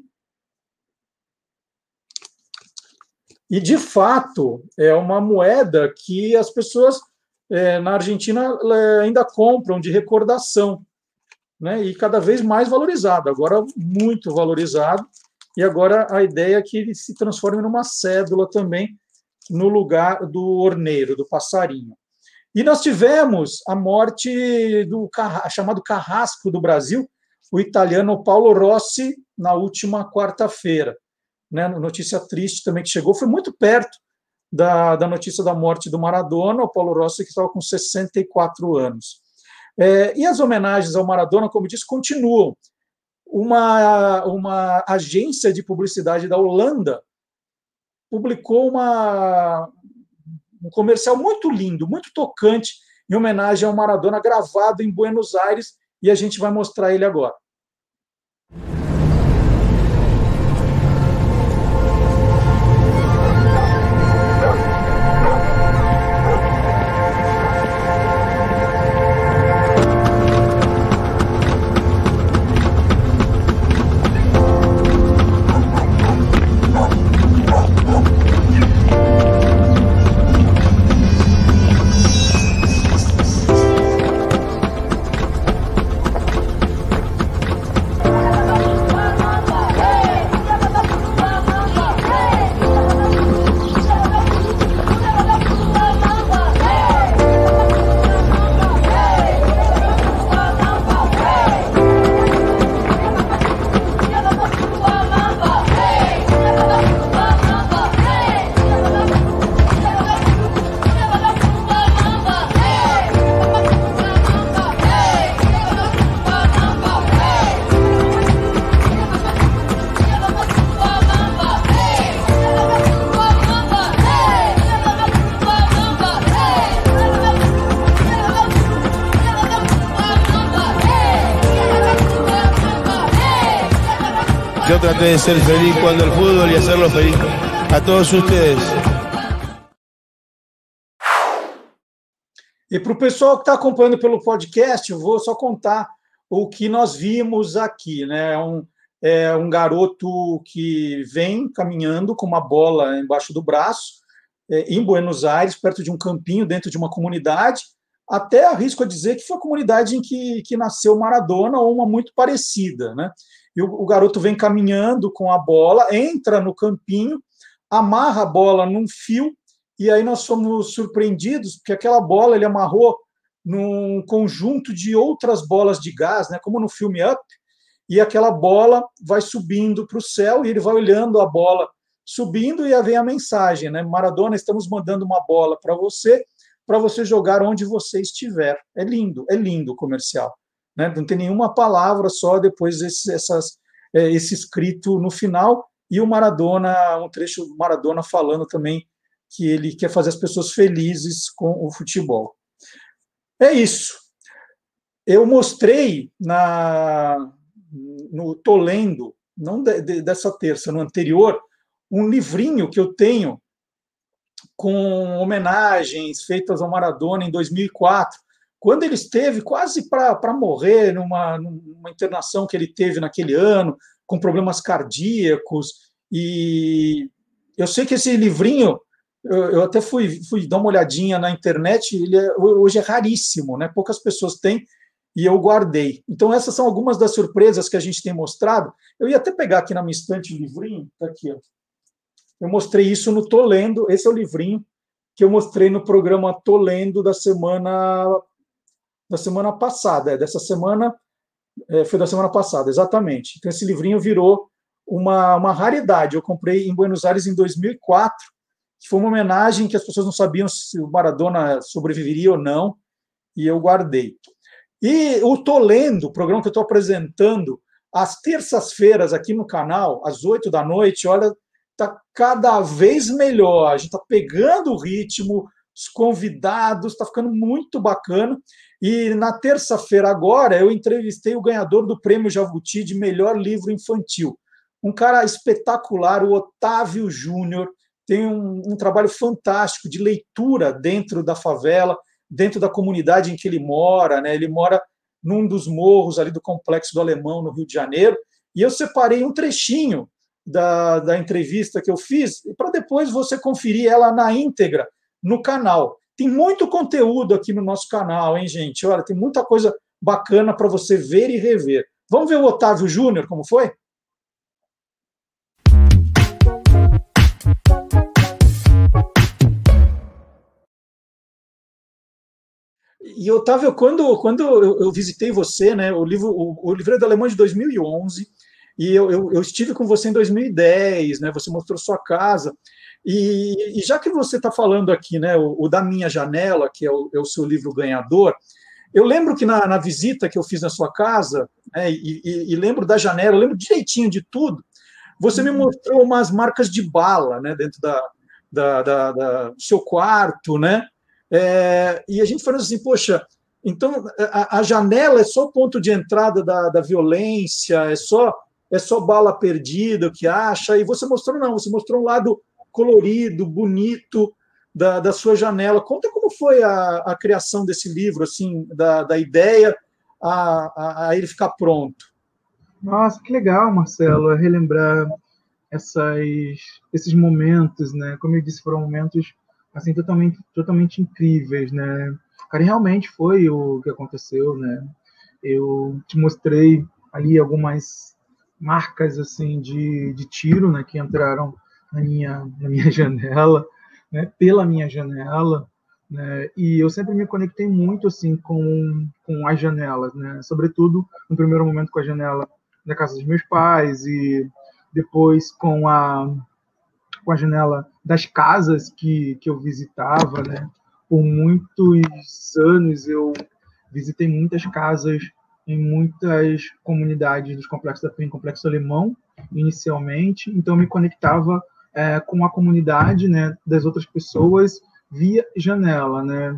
E, de fato, é uma moeda que as pessoas é, na Argentina ainda compram de recordação, né? E cada vez mais valorizado, agora muito valorizado. E agora a ideia é que ele se transforme numa cédula também, no lugar do orneiro, do passarinho. E nós tivemos a morte do chamado carrasco do Brasil, o italiano Paolo Rossi, na última quarta-feira. Né? Notícia triste também que chegou, foi muito perto da, da notícia da morte do Maradona, o Paolo Rossi, que estava com sessenta e quatro anos. É, e as homenagens ao Maradona, como disse, continuam. Uma, uma agência de publicidade da Holanda publicou uma, um comercial muito lindo, muito tocante, em homenagem ao Maradona, gravado em Buenos Aires, e a gente vai mostrar ele agora. Yo traté de ser feliz cuando el fútbol y hacerlo feliz a todos ustedes. E para o pessoal que está acompanhando pelo podcast, eu vou só contar o que nós vimos aqui, né? Um, é um garoto que vem caminhando com uma bola embaixo do braço, é, em Buenos Aires, perto de um campinho, dentro de uma comunidade. Até arrisco a dizer que foi a comunidade em que, que nasceu Maradona, ou uma muito parecida, né? E o, o garoto vem caminhando com a bola, entra no campinho, amarra a bola num fio, e aí nós fomos surpreendidos, porque aquela bola ele amarrou num conjunto de outras bolas de gás, né, como no filme Up, e aquela bola vai subindo para o céu, e ele vai olhando a bola subindo e vem a mensagem, né? Maradona, estamos mandando uma bola para você, para você jogar onde você estiver. É lindo, é lindo o comercial, né? Não tem nenhuma palavra, só depois esse, essas, esse escrito no final, e o Maradona, um trecho do Maradona falando também que ele quer fazer as pessoas felizes com o futebol. É isso. Eu mostrei na, no Tô Lendo, não de, de, dessa terça, no anterior, um livrinho que eu tenho com homenagens feitas ao Maradona em dois mil e quatro, quando ele esteve quase para morrer numa, numa internação que ele teve naquele ano, com problemas cardíacos. E eu sei que esse livrinho, eu, eu até fui, fui dar uma olhadinha na internet, ele é, hoje é raríssimo, né? Poucas pessoas têm, e eu guardei. Então, essas são algumas das surpresas que a gente tem mostrado. Eu ia até pegar aqui na minha estante o livrinho, está aqui, ó. Eu mostrei isso no Tô Lendo, esse é o livrinho que eu mostrei no programa Tô Lendo da semana, da semana passada, é, dessa semana, é, foi da semana passada, exatamente. Então, esse livrinho virou uma, uma raridade. Eu comprei em Buenos Aires em dois mil e quatro, que foi uma homenagem que as pessoas não sabiam se o Maradona sobreviveria ou não, e eu guardei. E o Tô Lendo, o programa que eu estou apresentando, às terças-feiras aqui no canal, às oito da noite, olha, está cada vez melhor, a gente está pegando o ritmo, os convidados, está ficando muito bacana. E na terça-feira agora eu entrevistei o ganhador do Prêmio Jabuti de melhor livro infantil. Um cara espetacular, o Otávio Júnior, tem um, um trabalho fantástico de leitura dentro da favela, dentro da comunidade em que ele mora, né? Ele mora num dos morros ali do Complexo do Alemão, no Rio de Janeiro, e eu separei um trechinho Da, da entrevista que eu fiz, para depois você conferir ela na íntegra no canal. Tem muito conteúdo aqui no nosso canal, hein, gente? Olha, tem muita coisa bacana para você ver e rever. Vamos ver o Otávio Júnior, como foi? E, Otávio, quando, quando eu, eu visitei você, né, o livro, o, o livro é do Alemão de dois mil e onze, e eu, eu, eu estive com você em dois mil e dez, né? Você mostrou sua casa. E, e já que você está falando aqui, né, o, o Da Minha Janela, que é o, é o seu livro ganhador, eu lembro que na, na visita que eu fiz na sua casa, né, e, e, e lembro da janela, eu lembro direitinho de tudo, você me mostrou umas marcas de bala, né, dentro da, da, da, da, do seu quarto, né? É, e a gente falando assim, poxa, então a, a janela é só o ponto de entrada da, da violência, é só... é só bala perdida, o que acha, e você mostrou, não, você mostrou um lado colorido, bonito da, da sua janela. Conta como foi a, a criação desse livro, assim, da, da ideia a, a, a ele ficar pronto. Nossa, que legal, Marcelo, é relembrar essas, esses momentos, né? Como eu disse, foram momentos assim, totalmente, totalmente incríveis, né? Cara, realmente foi o que aconteceu, né? Eu te mostrei ali algumas marcas assim de, de tiro, né, que entraram na minha, na minha janela, né, pela minha janela, né, e eu sempre me conectei muito assim com, com as janelas, né, sobretudo no primeiro momento com a janela da casa dos meus pais e depois com a, com a janela das casas que, que eu visitava, né, por muitos anos eu visitei muitas casas em muitas comunidades dos complexos da Penha, complexo alemão, inicialmente, então me conectava é, com a comunidade, né, das outras pessoas via janela, né,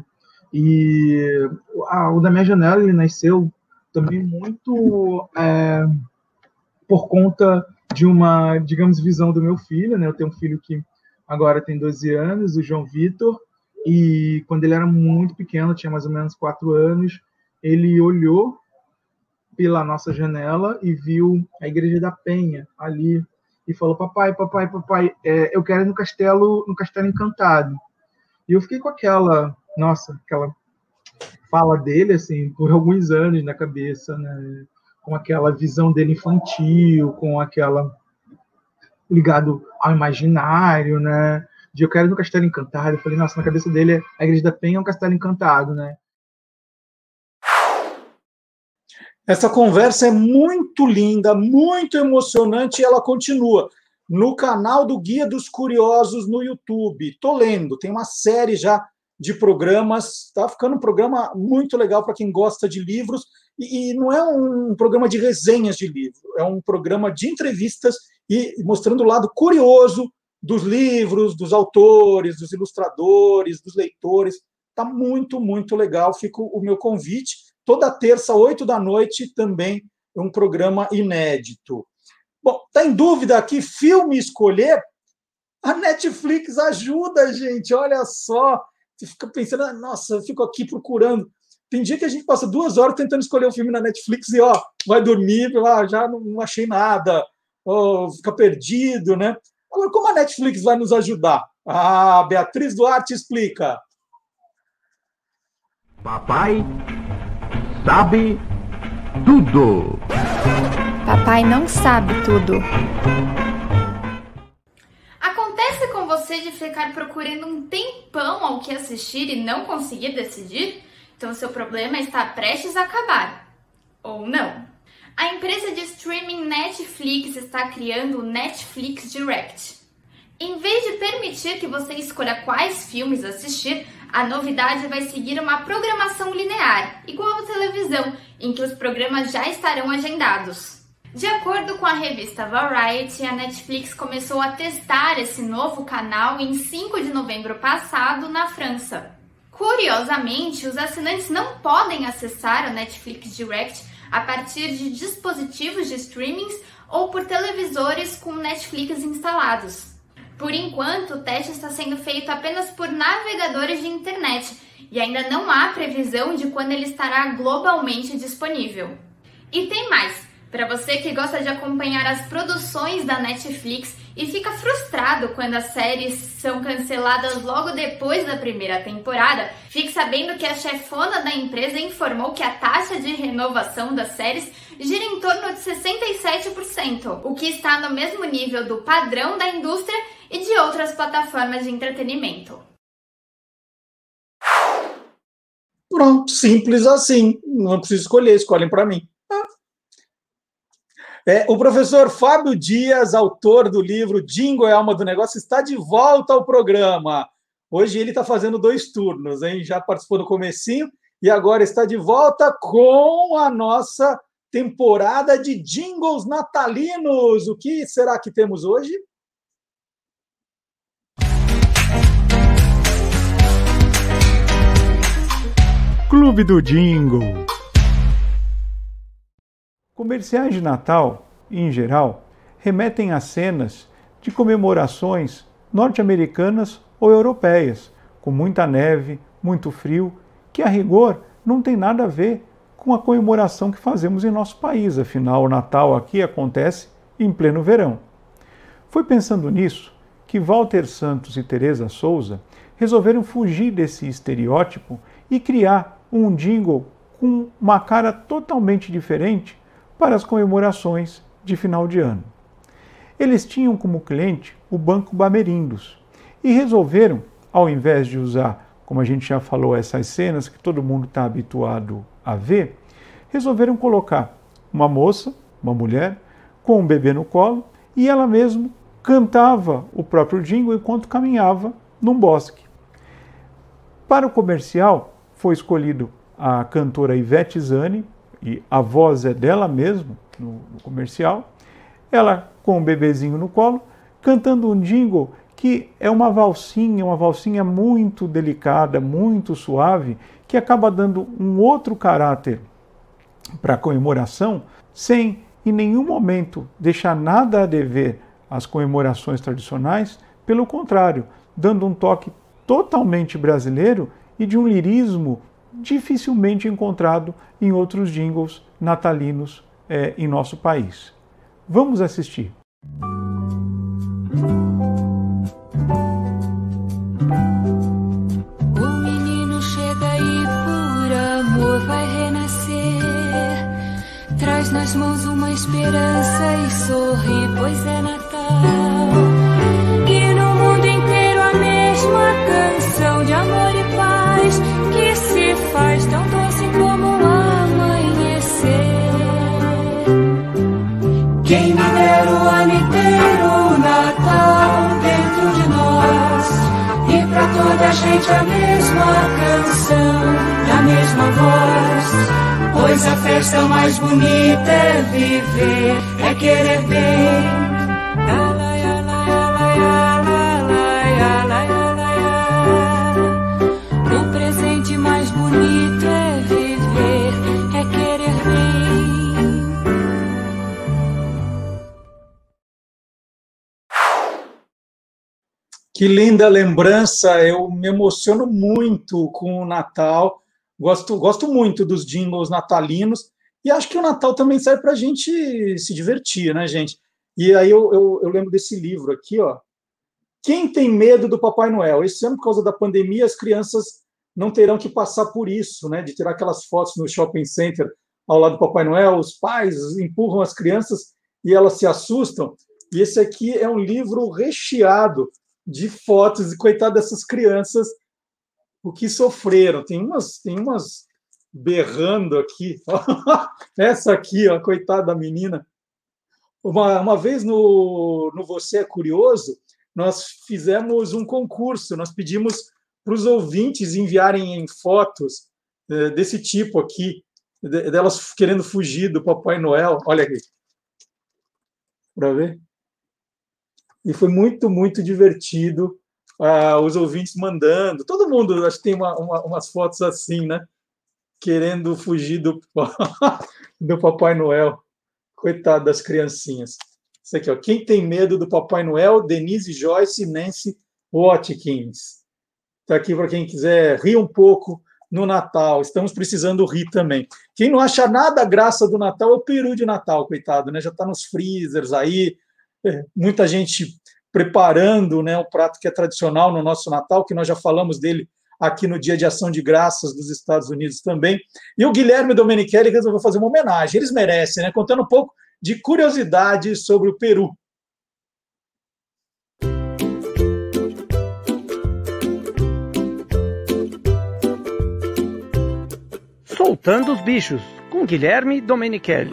e a, o Da Minha Janela, ele nasceu também muito é, por conta de uma, digamos, visão do meu filho, né, eu tenho um filho que agora tem doze anos, o João Vitor, e quando ele era muito pequeno, tinha mais ou menos quatro anos, ele olhou pela nossa janela e viu a Igreja da Penha ali e falou, papai, papai, papai, é, eu quero ir no castelo, no Castelo Encantado. E eu fiquei com aquela, nossa, aquela fala dele, assim, por alguns anos na cabeça, né? Com aquela visão dele infantil, com aquela ligado ao imaginário, né? De eu quero ir no Castelo Encantado. Eu falei, nossa, na cabeça dele a Igreja da Penha é um castelo encantado, né? Essa conversa é muito linda, muito emocionante e ela continua. no canal do Guia dos Curiosos no YouTube. Estou lendo, tem uma série já de programas, está ficando um programa muito legal para quem gosta de livros, e, e não é um programa de resenhas de livro, é um programa de entrevistas e mostrando o lado curioso dos livros, dos autores, dos ilustradores, dos leitores. Está muito, muito legal. Fica o meu convite. Toda terça, oito da noite, também é um programa inédito. Bom, está em dúvida que filme escolher? A Netflix ajuda, gente. Olha só. Você fica pensando, nossa, eu fico aqui procurando. Tem dia que a gente passa duas horas tentando escolher um filme na Netflix e, ó, vai dormir, ah, já não achei nada, oh, fica perdido, né? Agora, como a Netflix vai nos ajudar? Ah, Beatriz Duarte explica. Papai sabe tudo. Papai não sabe tudo. Acontece com você de ficar procurando um tempão ao que assistir e não conseguir decidir? Então seu problema está prestes a acabar. Ou não. A empresa de streaming Netflix está criando o Netflix Direct. Em vez de permitir que você escolha quais filmes assistir, a novidade vai seguir uma programação linear, igual à televisão, em que os programas já estarão agendados. De acordo com a revista Variety, a Netflix começou a testar esse novo canal em cinco de novembro passado na França. Curiosamente, os assinantes não podem acessar o Netflix Direct a partir de dispositivos de streamings ou por televisores com Netflix instalados. Por enquanto, o teste está sendo feito apenas por navegadores de internet e ainda não há previsão de quando ele estará globalmente disponível. E tem mais! Para você que gosta de acompanhar as produções da Netflix e fica frustrado quando as séries são canceladas logo depois da primeira temporada, fique sabendo que a chefona da empresa informou que a taxa de renovação das séries gira em torno de sessenta e sete por cento, o que está no mesmo nível do padrão da indústria e de outras plataformas de entretenimento. Pronto, simples assim. Não preciso escolher, escolhem para mim. É, o professor Fábio Dias, autor do livro Jingle é a Alma do Negócio, está de volta ao programa. Hoje ele está fazendo dois turnos, hein? Já participou no comecinho e agora está de volta com a nossa temporada de jingles natalinos. O que será que temos hoje? Clube do Jingle. Comerciais de Natal, em geral, remetem a cenas de comemorações norte-americanas ou europeias, com muita neve, muito frio, que a rigor não tem nada a ver com a comemoração que fazemos em nosso país, afinal o Natal aqui acontece em pleno verão. Foi pensando nisso que Walter Santos e Teresa Souza resolveram fugir desse estereótipo e criar um jingle com uma cara totalmente diferente para as comemorações de final de ano. Eles tinham como cliente o Banco Bamerindos e resolveram, ao invés de usar, como a gente já falou, essas cenas que todo mundo está habituado a ver, resolveram colocar uma moça, uma mulher, com um bebê no colo e ela mesma cantava o próprio jingle enquanto caminhava num bosque. Para o comercial foi escolhido a cantora Ivete Zani, e a voz é dela mesma no, no comercial, ela com o bebezinho no colo, cantando um jingle que é uma valsinha, uma valsinha muito delicada, muito suave, que acaba dando um outro caráter para a comemoração, sem em nenhum momento deixar nada a dever às comemorações tradicionais, pelo contrário, dando um toque totalmente brasileiro e de um lirismo dificilmente encontrado em outros jingles natalinos é, em nosso país. Vamos assistir. O menino chega e por amor vai renascer. Traz nas mãos uma esperança e sorri, pois é Natal. E no mundo inteiro a mesma canção de amor e paz que se faz tão doce como um amanhecer. Quem me dera o ano inteiro na toda gente a mesma canção, a mesma voz. Pois a festa mais bonita é viver, é querer bem. O presente mais bonito é viver, é querer bem. Que linda lembrança, eu me emociono muito com o Natal, gosto, gosto muito dos jingles natalinos, e acho que o Natal também serve para a gente se divertir, né, gente? E aí eu, eu, eu lembro desse livro aqui, ó. Quem tem medo do Papai Noel? Esse ano, por causa da pandemia, as crianças não terão que passar por isso, né, de tirar aquelas fotos no shopping center ao lado do Papai Noel, os pais empurram as crianças e elas se assustam. E esse aqui é um livro recheado de fotos, e coitado dessas crianças, o que sofreram. Tem umas, tem umas berrando aqui. Essa aqui, ó, coitada da menina. Uma, uma vez no, no Você é Curioso, nós fizemos um concurso, nós pedimos para os ouvintes enviarem fotos eh, desse tipo aqui, de, delas querendo fugir do Papai Noel. Olha aqui. Para ver? E foi muito, muito divertido, uh, os ouvintes mandando. Todo mundo, acho que tem uma, uma, umas fotos assim, né? Querendo fugir do, do Papai Noel. Coitado das criancinhas. Isso aqui, ó. Quem tem medo do Papai Noel? Denise Joyce e Nancy Watkins. Está aqui para quem quiser rir um pouco no Natal. Estamos precisando rir também. Quem não acha nada a graça do Natal é o peru de Natal, coitado, né? Já está nos freezers aí. Muita gente preparando, né, o prato que é tradicional no nosso Natal, que nós já falamos dele aqui no Dia de Ação de Graças dos Estados Unidos também. E o Guilherme Domenichelli resolveu fazer uma homenagem. Eles merecem, né? Contando um pouco de curiosidade sobre o Peru. Soltando os bichos, com Guilherme Domenichelli.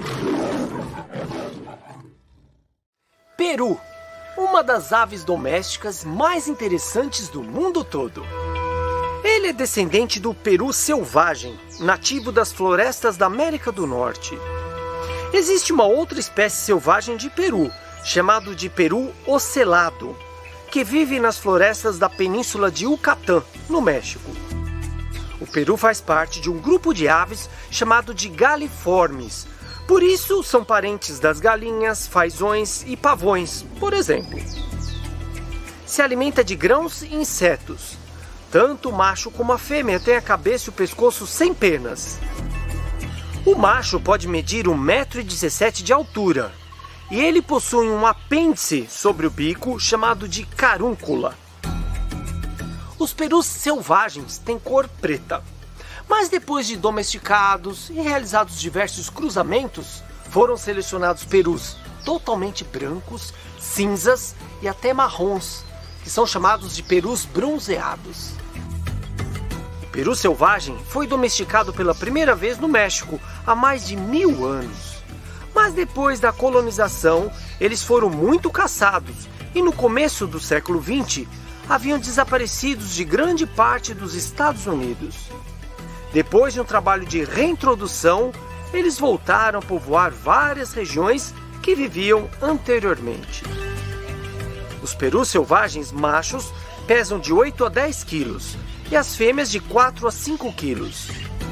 Peru, uma das aves domésticas mais interessantes do mundo todo. Ele é descendente do peru selvagem, nativo das florestas da América do Norte. Existe uma outra espécie selvagem de peru, chamado de peru ocelado, que vive nas florestas da península de Yucatán, no México. O peru faz parte de um grupo de aves chamado de galiformes. Por isso, são parentes das galinhas, fazões e pavões, por exemplo. Se alimenta de grãos e insetos. Tanto o macho como a fêmea têm a cabeça e o pescoço sem penas. O macho pode medir um metro e dezessete de altura. E ele possui um apêndice sobre o bico chamado de carúncula. Os perus selvagens têm cor preta. Mas depois de domesticados e realizados diversos cruzamentos, foram selecionados perus totalmente brancos, cinzas e até marrons, que são chamados de perus bronzeados. O peru selvagem foi domesticado pela primeira vez no México há mais de mil anos. Mas depois da colonização, eles foram muito caçados e no começo do século vinte haviam desaparecido de grande parte dos Estados Unidos. Depois de um trabalho de reintrodução, eles voltaram a povoar várias regiões que viviam anteriormente. Os perus selvagens machos pesam de oito a dez quilos e as fêmeas de quatro a cinco quilos.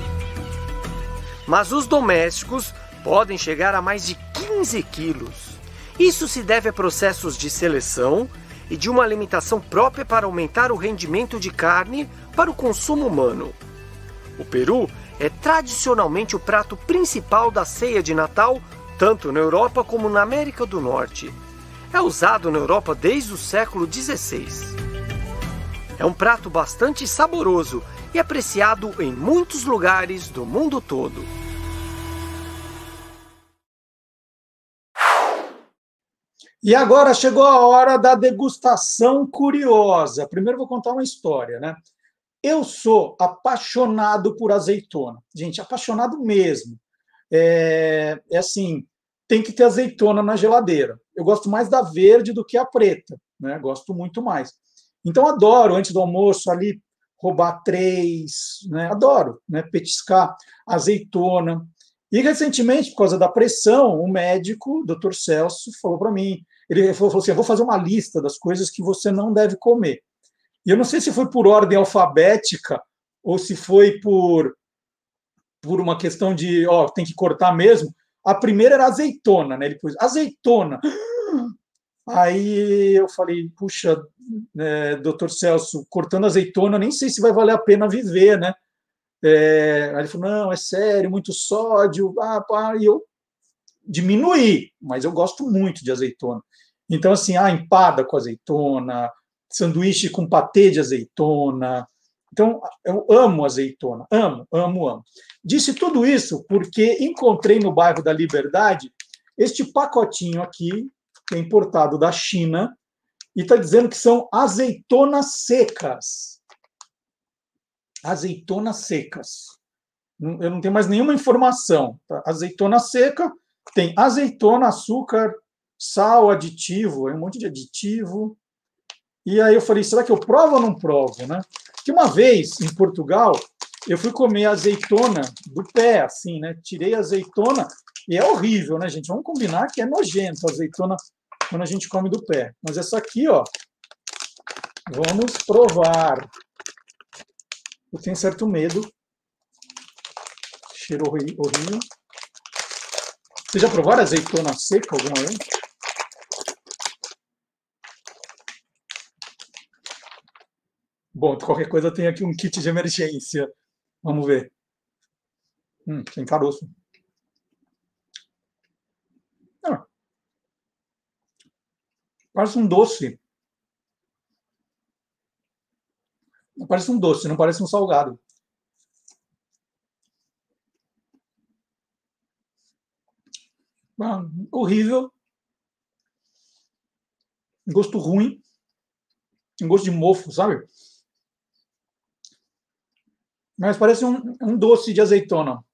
Mas os domésticos podem chegar a mais de quinze quilos. Isso se deve a processos de seleção e de uma alimentação própria para aumentar o rendimento de carne para o consumo humano. O peru é tradicionalmente o prato principal da ceia de Natal, tanto na Europa como na América do Norte. É usado na Europa desde o século dezesseis. É um prato bastante saboroso e apreciado em muitos lugares do mundo todo. E agora chegou a hora da degustação curiosa. Primeiro vou contar uma história, né? Eu sou apaixonado por azeitona. Gente, apaixonado mesmo. É, é assim, tem que ter azeitona na geladeira. Eu gosto mais da verde do que a preta, né? Gosto muito mais. Então, adoro, antes do almoço, ali, roubar três, né? Adoro, né? Petiscar azeitona. E, recentemente, por causa da pressão, o médico, o doutor Celso, falou para mim, ele falou assim, eu vou fazer uma lista das coisas que você não deve comer. E eu não sei se foi por ordem alfabética ou se foi por, por uma questão de, ó, tem que cortar mesmo. A primeira era azeitona, né? Ele pôs azeitona. Aí eu falei, puxa, é, doutor Celso, cortando azeitona, nem sei se vai valer a pena viver, né? É, aí ele falou, não, é sério, muito sódio, ah, pá, e eu diminuí, mas eu gosto muito de azeitona. Então, assim, ah, empada com azeitona, sanduíche com patê de azeitona. Então, eu amo azeitona, amo, amo, amo. Disse tudo isso porque encontrei no bairro da Liberdade este pacotinho aqui, que é importado da China, e está dizendo que são azeitonas secas. Azeitonas secas. Eu não tenho mais nenhuma informação. Tá? Azeitona seca, tem azeitona, açúcar, sal, aditivo, um monte de aditivo. E aí eu falei, será que eu provo ou não provo, né? Que uma vez, em Portugal, eu fui comer azeitona do pé, assim, né? Tirei a azeitona, e é horrível, né, gente? Vamos combinar que é nojento a azeitona quando a gente come do pé. Mas essa aqui, ó, vamos provar. Eu tenho certo medo. Cheiro horrível. Vocês já provaram azeitona seca alguma vez? Bom, qualquer coisa tem aqui um kit de emergência. Vamos ver. Hum, tem caroço. Ah. Parece um doce. Parece um doce, não parece um salgado. Ah, horrível. Gosto ruim. Gosto de mofo, sabe? Mas parece um, um doce de azeitona.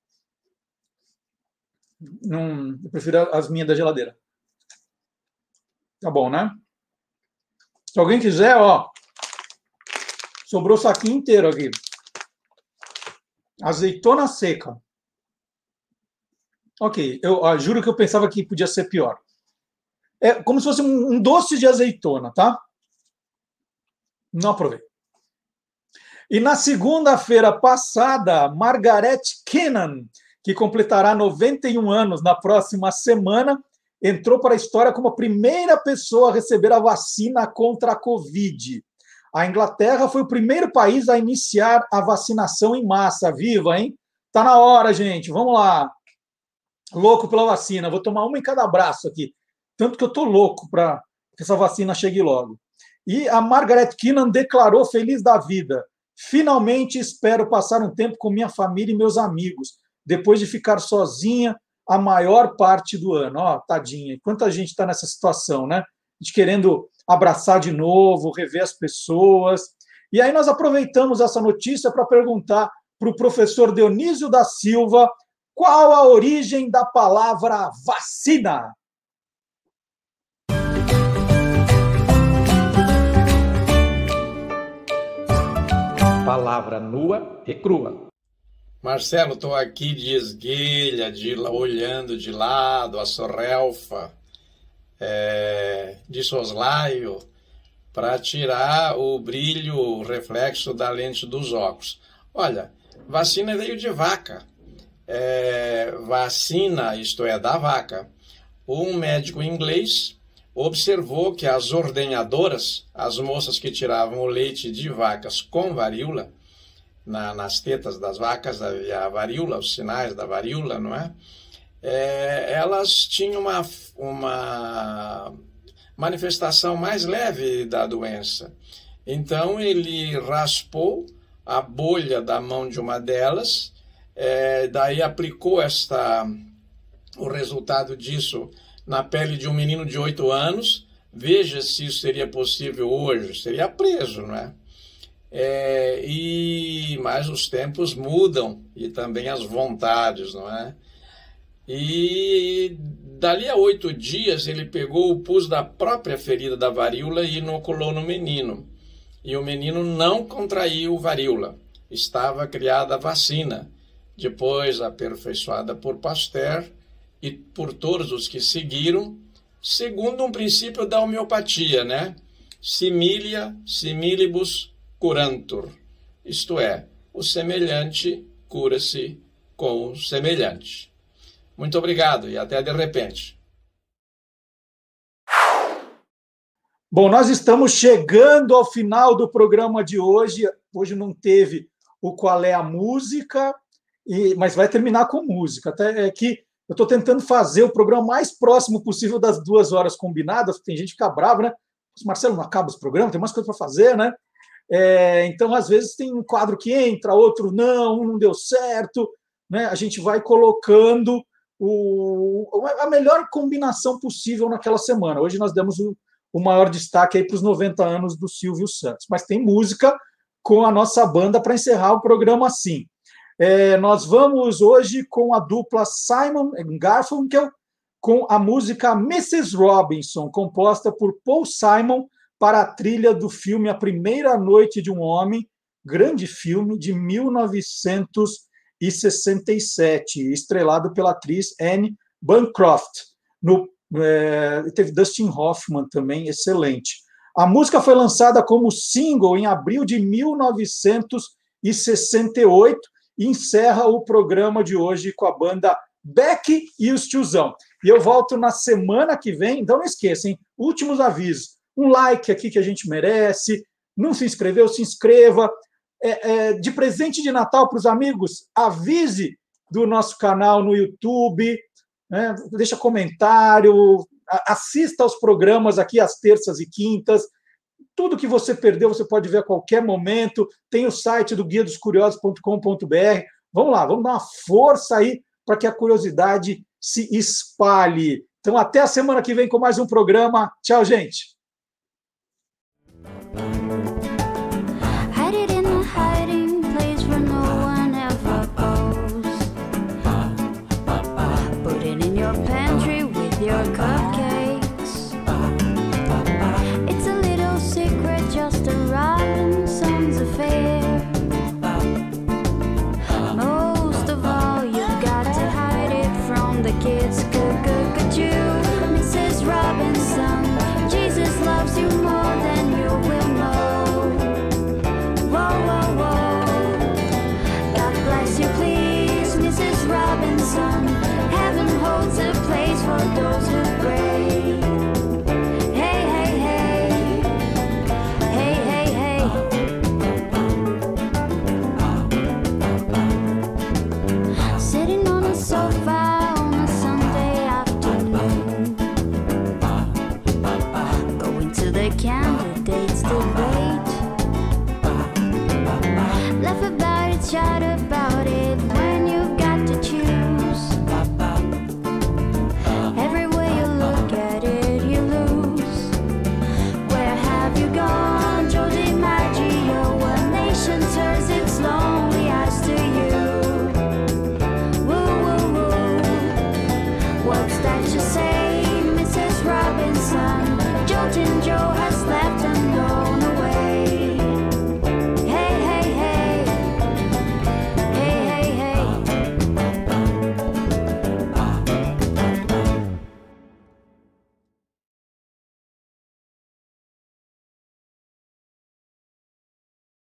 Não, eu prefiro as minhas da geladeira. Tá bom, né? Se alguém quiser, ó, sobrou o saquinho inteiro aqui. Azeitona seca. Ok, eu ó, juro que eu pensava que podia ser pior. É como se fosse um, um doce de azeitona, tá? Não aprovei. E na segunda-feira passada, Margaret Keenan, que completará noventa e um anos na próxima semana, entrou para a história como a primeira pessoa a receber a vacina contra a Covid. A Inglaterra foi o primeiro país a iniciar a vacinação em massa. Viva, hein? Tá na hora, gente. Vamos lá. Louco pela vacina. Vou tomar uma em cada braço aqui. Tanto que eu tô louco para que essa vacina chegue logo. E a Margaret Keenan declarou feliz da vida. Finalmente espero passar um tempo com minha família e meus amigos, depois de ficar sozinha a maior parte do ano. Ó, oh, tadinha. Quanta gente está nessa situação, né? De querendo abraçar de novo, rever as pessoas. E aí nós aproveitamos essa notícia para perguntar para o professor Dionísio da Silva qual a origem da palavra vacina. Palavra nua e crua. Marcelo, estou aqui de esguelha, de, olhando de lado, a sorrelfa, é, de soslaio, para tirar o brilho, o reflexo da lente dos óculos. Olha, vacina veio de vaca. É, vacina, isto é, da vaca. Um médico inglês observou que as ordenhadoras, as moças que tiravam o leite de vacas com varíola, na, nas tetas das vacas havia a varíola, os sinais da varíola, não é? É, elas tinham uma, uma manifestação mais leve da doença. Então ele raspou a bolha da mão de uma delas, é, daí aplicou esta, o resultado disso na pele de um menino de oito anos. Veja se isso seria possível hoje, seria preso, não é? É, e mas os tempos mudam e também as vontades, não é? E dali a oito dias ele pegou o pus da própria ferida da varíola e inoculou no menino. e o menino não contraiu varíola. Estava criada a vacina, depois aperfeiçoada por Pasteur e por todos os que seguiram, segundo um princípio da homeopatia, né? Similia similibus curantur, isto é, o semelhante cura-se com o semelhante. Muito obrigado e até de repente. Bom, nós estamos chegando ao final do programa de hoje. Hoje não teve o Qual é a Música, e, mas vai terminar com música. Até é que eu estou tentando fazer o programa mais próximo possível das duas horas combinadas, porque tem gente que fica brava, né? Marcelo, não acaba os programas, tem mais coisa para fazer, né? É, então, às vezes, tem um quadro que entra, outro não, um não deu certo, né? A gente vai colocando o, a melhor combinação possível naquela semana. Hoje nós demos o, o maior destaque aí para os noventa anos do Silvio Santos, mas tem música com a nossa banda para encerrar o programa assim. É, nós vamos hoje com a dupla Simon and Garfunkel, com a música missus Robinson, composta por Paul Simon, para a trilha do filme A Primeira Noite de um Homem, grande filme de mil novecentos e sessenta e sete, estrelado pela atriz Anne Bancroft. No, é, teve Dustin Hoffman também, excelente. A música foi lançada como single em abril de mil novecentos e sessenta e oito e encerra o programa de hoje com a banda Beck e os Tiozão. E eu volto na semana que vem, então não esqueçam, últimos avisos. Um like aqui que a gente merece, não se inscreveu, se inscreva. É, é, de presente de Natal para os amigos, avise do nosso canal no YouTube, né? Deixa comentário, assista aos programas aqui às terças e quintas. Tudo que você perdeu você pode ver a qualquer momento. Tem o site do guia dos curiosos ponto com ponto b r. Vamos lá, vamos dar uma força aí para que a curiosidade se espalhe. Então, até a semana que vem com mais um programa. Tchau, gente! Kids, good, good, good, you, missus Robinson. Jesus loves you more than you will know. Whoa, whoa, whoa. God bless you, please, missus Robinson. Heaven holds a place for those who pray. Hey, hey, hey. Hey, hey, hey. Sitting on a sofa. Candidates debate. Laugh about it, shout about it when you've got to choose. Everywhere you look at it, you lose. Where have you gone, Joe DiMaggio? A nation turns its long